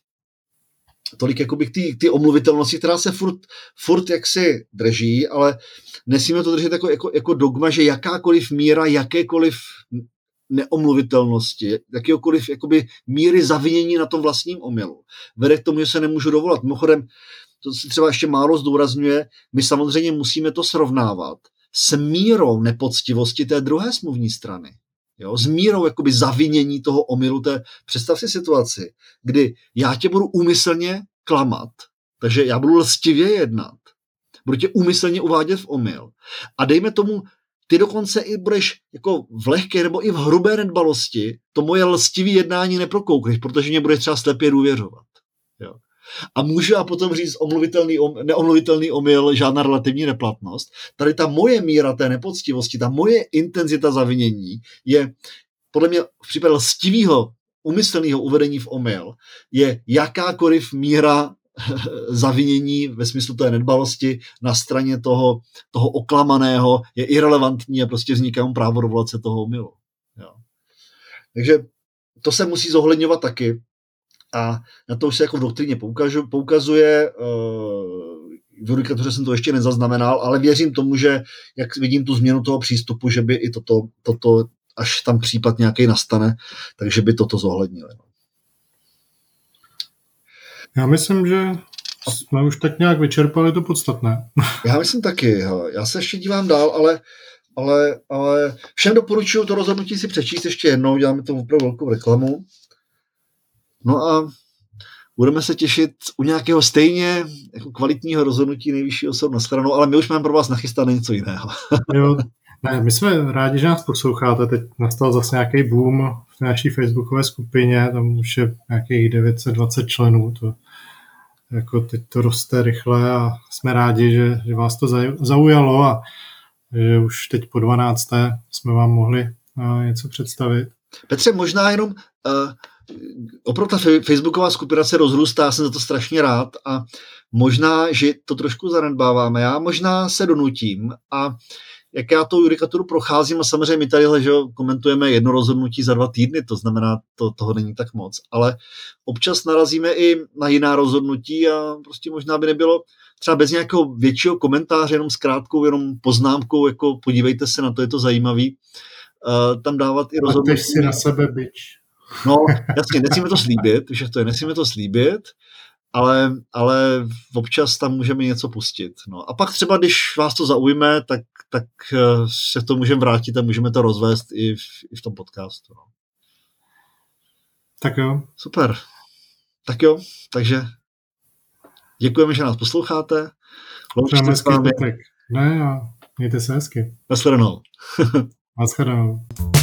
tolik jakoby ty, ty omluvitelnosti, která se furt, furt jaksi drží, ale nesmíme to držet jako, jako, jako dogma, že jakákoliv míra, jakékoliv neomluvitelnosti, jakékoliv jakoby míry zavinění na tom vlastním omylu vede k tomu, že se nemůžu dovolat. Mimochodem, to se třeba ještě málo zdůrazňuje, my samozřejmě musíme to srovnávat s mírou nepoctivosti té druhé smluvní strany. Jo? S mírou jakoby zavinění toho omylu. Té, představ si situaci, kdy já tě budu úmyslně klamat, takže já budu lstivě jednat, budu tě úmyslně uvádět v omyl a dejme tomu, ty dokonce i budeš jako v lehké nebo i v hrubé nedbalosti to moje lstivý jednání neprokoukneš, protože mě budeš třeba slepě důvěřovat. Jo. A můžu a potom říct omluvitelný, neomluvitelný omyl, žádná relativní neplatnost. Tady ta moje míra té nepoctivosti, ta moje intenzita zavinění je podle mě v případě lstivého, úmyslného uvedení v omyl, je jakákoliv míra zavinění ve smyslu té nedbalosti na straně toho, toho oklamaného je irelevantní a prostě vzniká mu právo dovolat se toho omylu. Jo. Takže to se musí zohledňovat taky a na to už se jako v doktríně poukazuje, v judikatuře jsem to ještě nezaznamenal, ale věřím tomu, že jak vidím tu změnu toho přístupu, že by i toto, toto až tam případ nějaký nastane, takže by toto zohlednili. Já myslím, že jsme už tak nějak vyčerpali to podstatné. Já myslím taky. Hele. Já se ještě dívám dál, ale, ale, ale všem doporučuji to rozhodnutí si přečíst ještě jednou. Děláme to opravdu velkou reklamu. No a budeme se těšit u nějakého stejně jako kvalitního rozhodnutí Nejvyššího soudu. Nashledanou, ale my už máme pro vás nachystáno něco jiného. Jo, ne, my jsme rádi, že nás posloucháte. Teď nastal zase nějaký boom v naší facebookové skupině, tam už je nějakých devět set dvacet členů. To, jako teď to roste rychle a jsme rádi, že, že vás to zaujalo a že už teď po dvanácté jsme vám mohli uh, něco představit. Petře, možná jenom uh, opravdu ta facebooková skupina se rozrůstá, jsem za to strašně rád a možná, že to trošku zanedbáváme. Já možná se donutím a jak já tou judikaturu procházím a samozřejmě my tadyhle, že komentujeme jedno rozhodnutí za dva týdny, to znamená, to, toho není tak moc, ale občas narazíme i na jiná rozhodnutí a prostě možná by nebylo třeba bez nějakého většího komentáře, jenom s krátkou, jenom poznámkou, jako podívejte se na to, je to zajímavý, uh, tam dávat i rozhodnutí. A si na sebe bič. No, jasně, nesmíme to slíbit, víš, jak to je, nesmíme to slíbit, ale, ale občas tam můžeme něco pustit. No. A pak třeba, když vás to zaujme, tak, tak se to můžeme vrátit a můžeme to rozvést i v, i v tom podcastu. No. Tak jo. Super. Tak jo, takže děkujeme, že nás posloucháte. Loučíme s vámi. Ne, a mějte se hezky. Nashledanou. Nashledanou.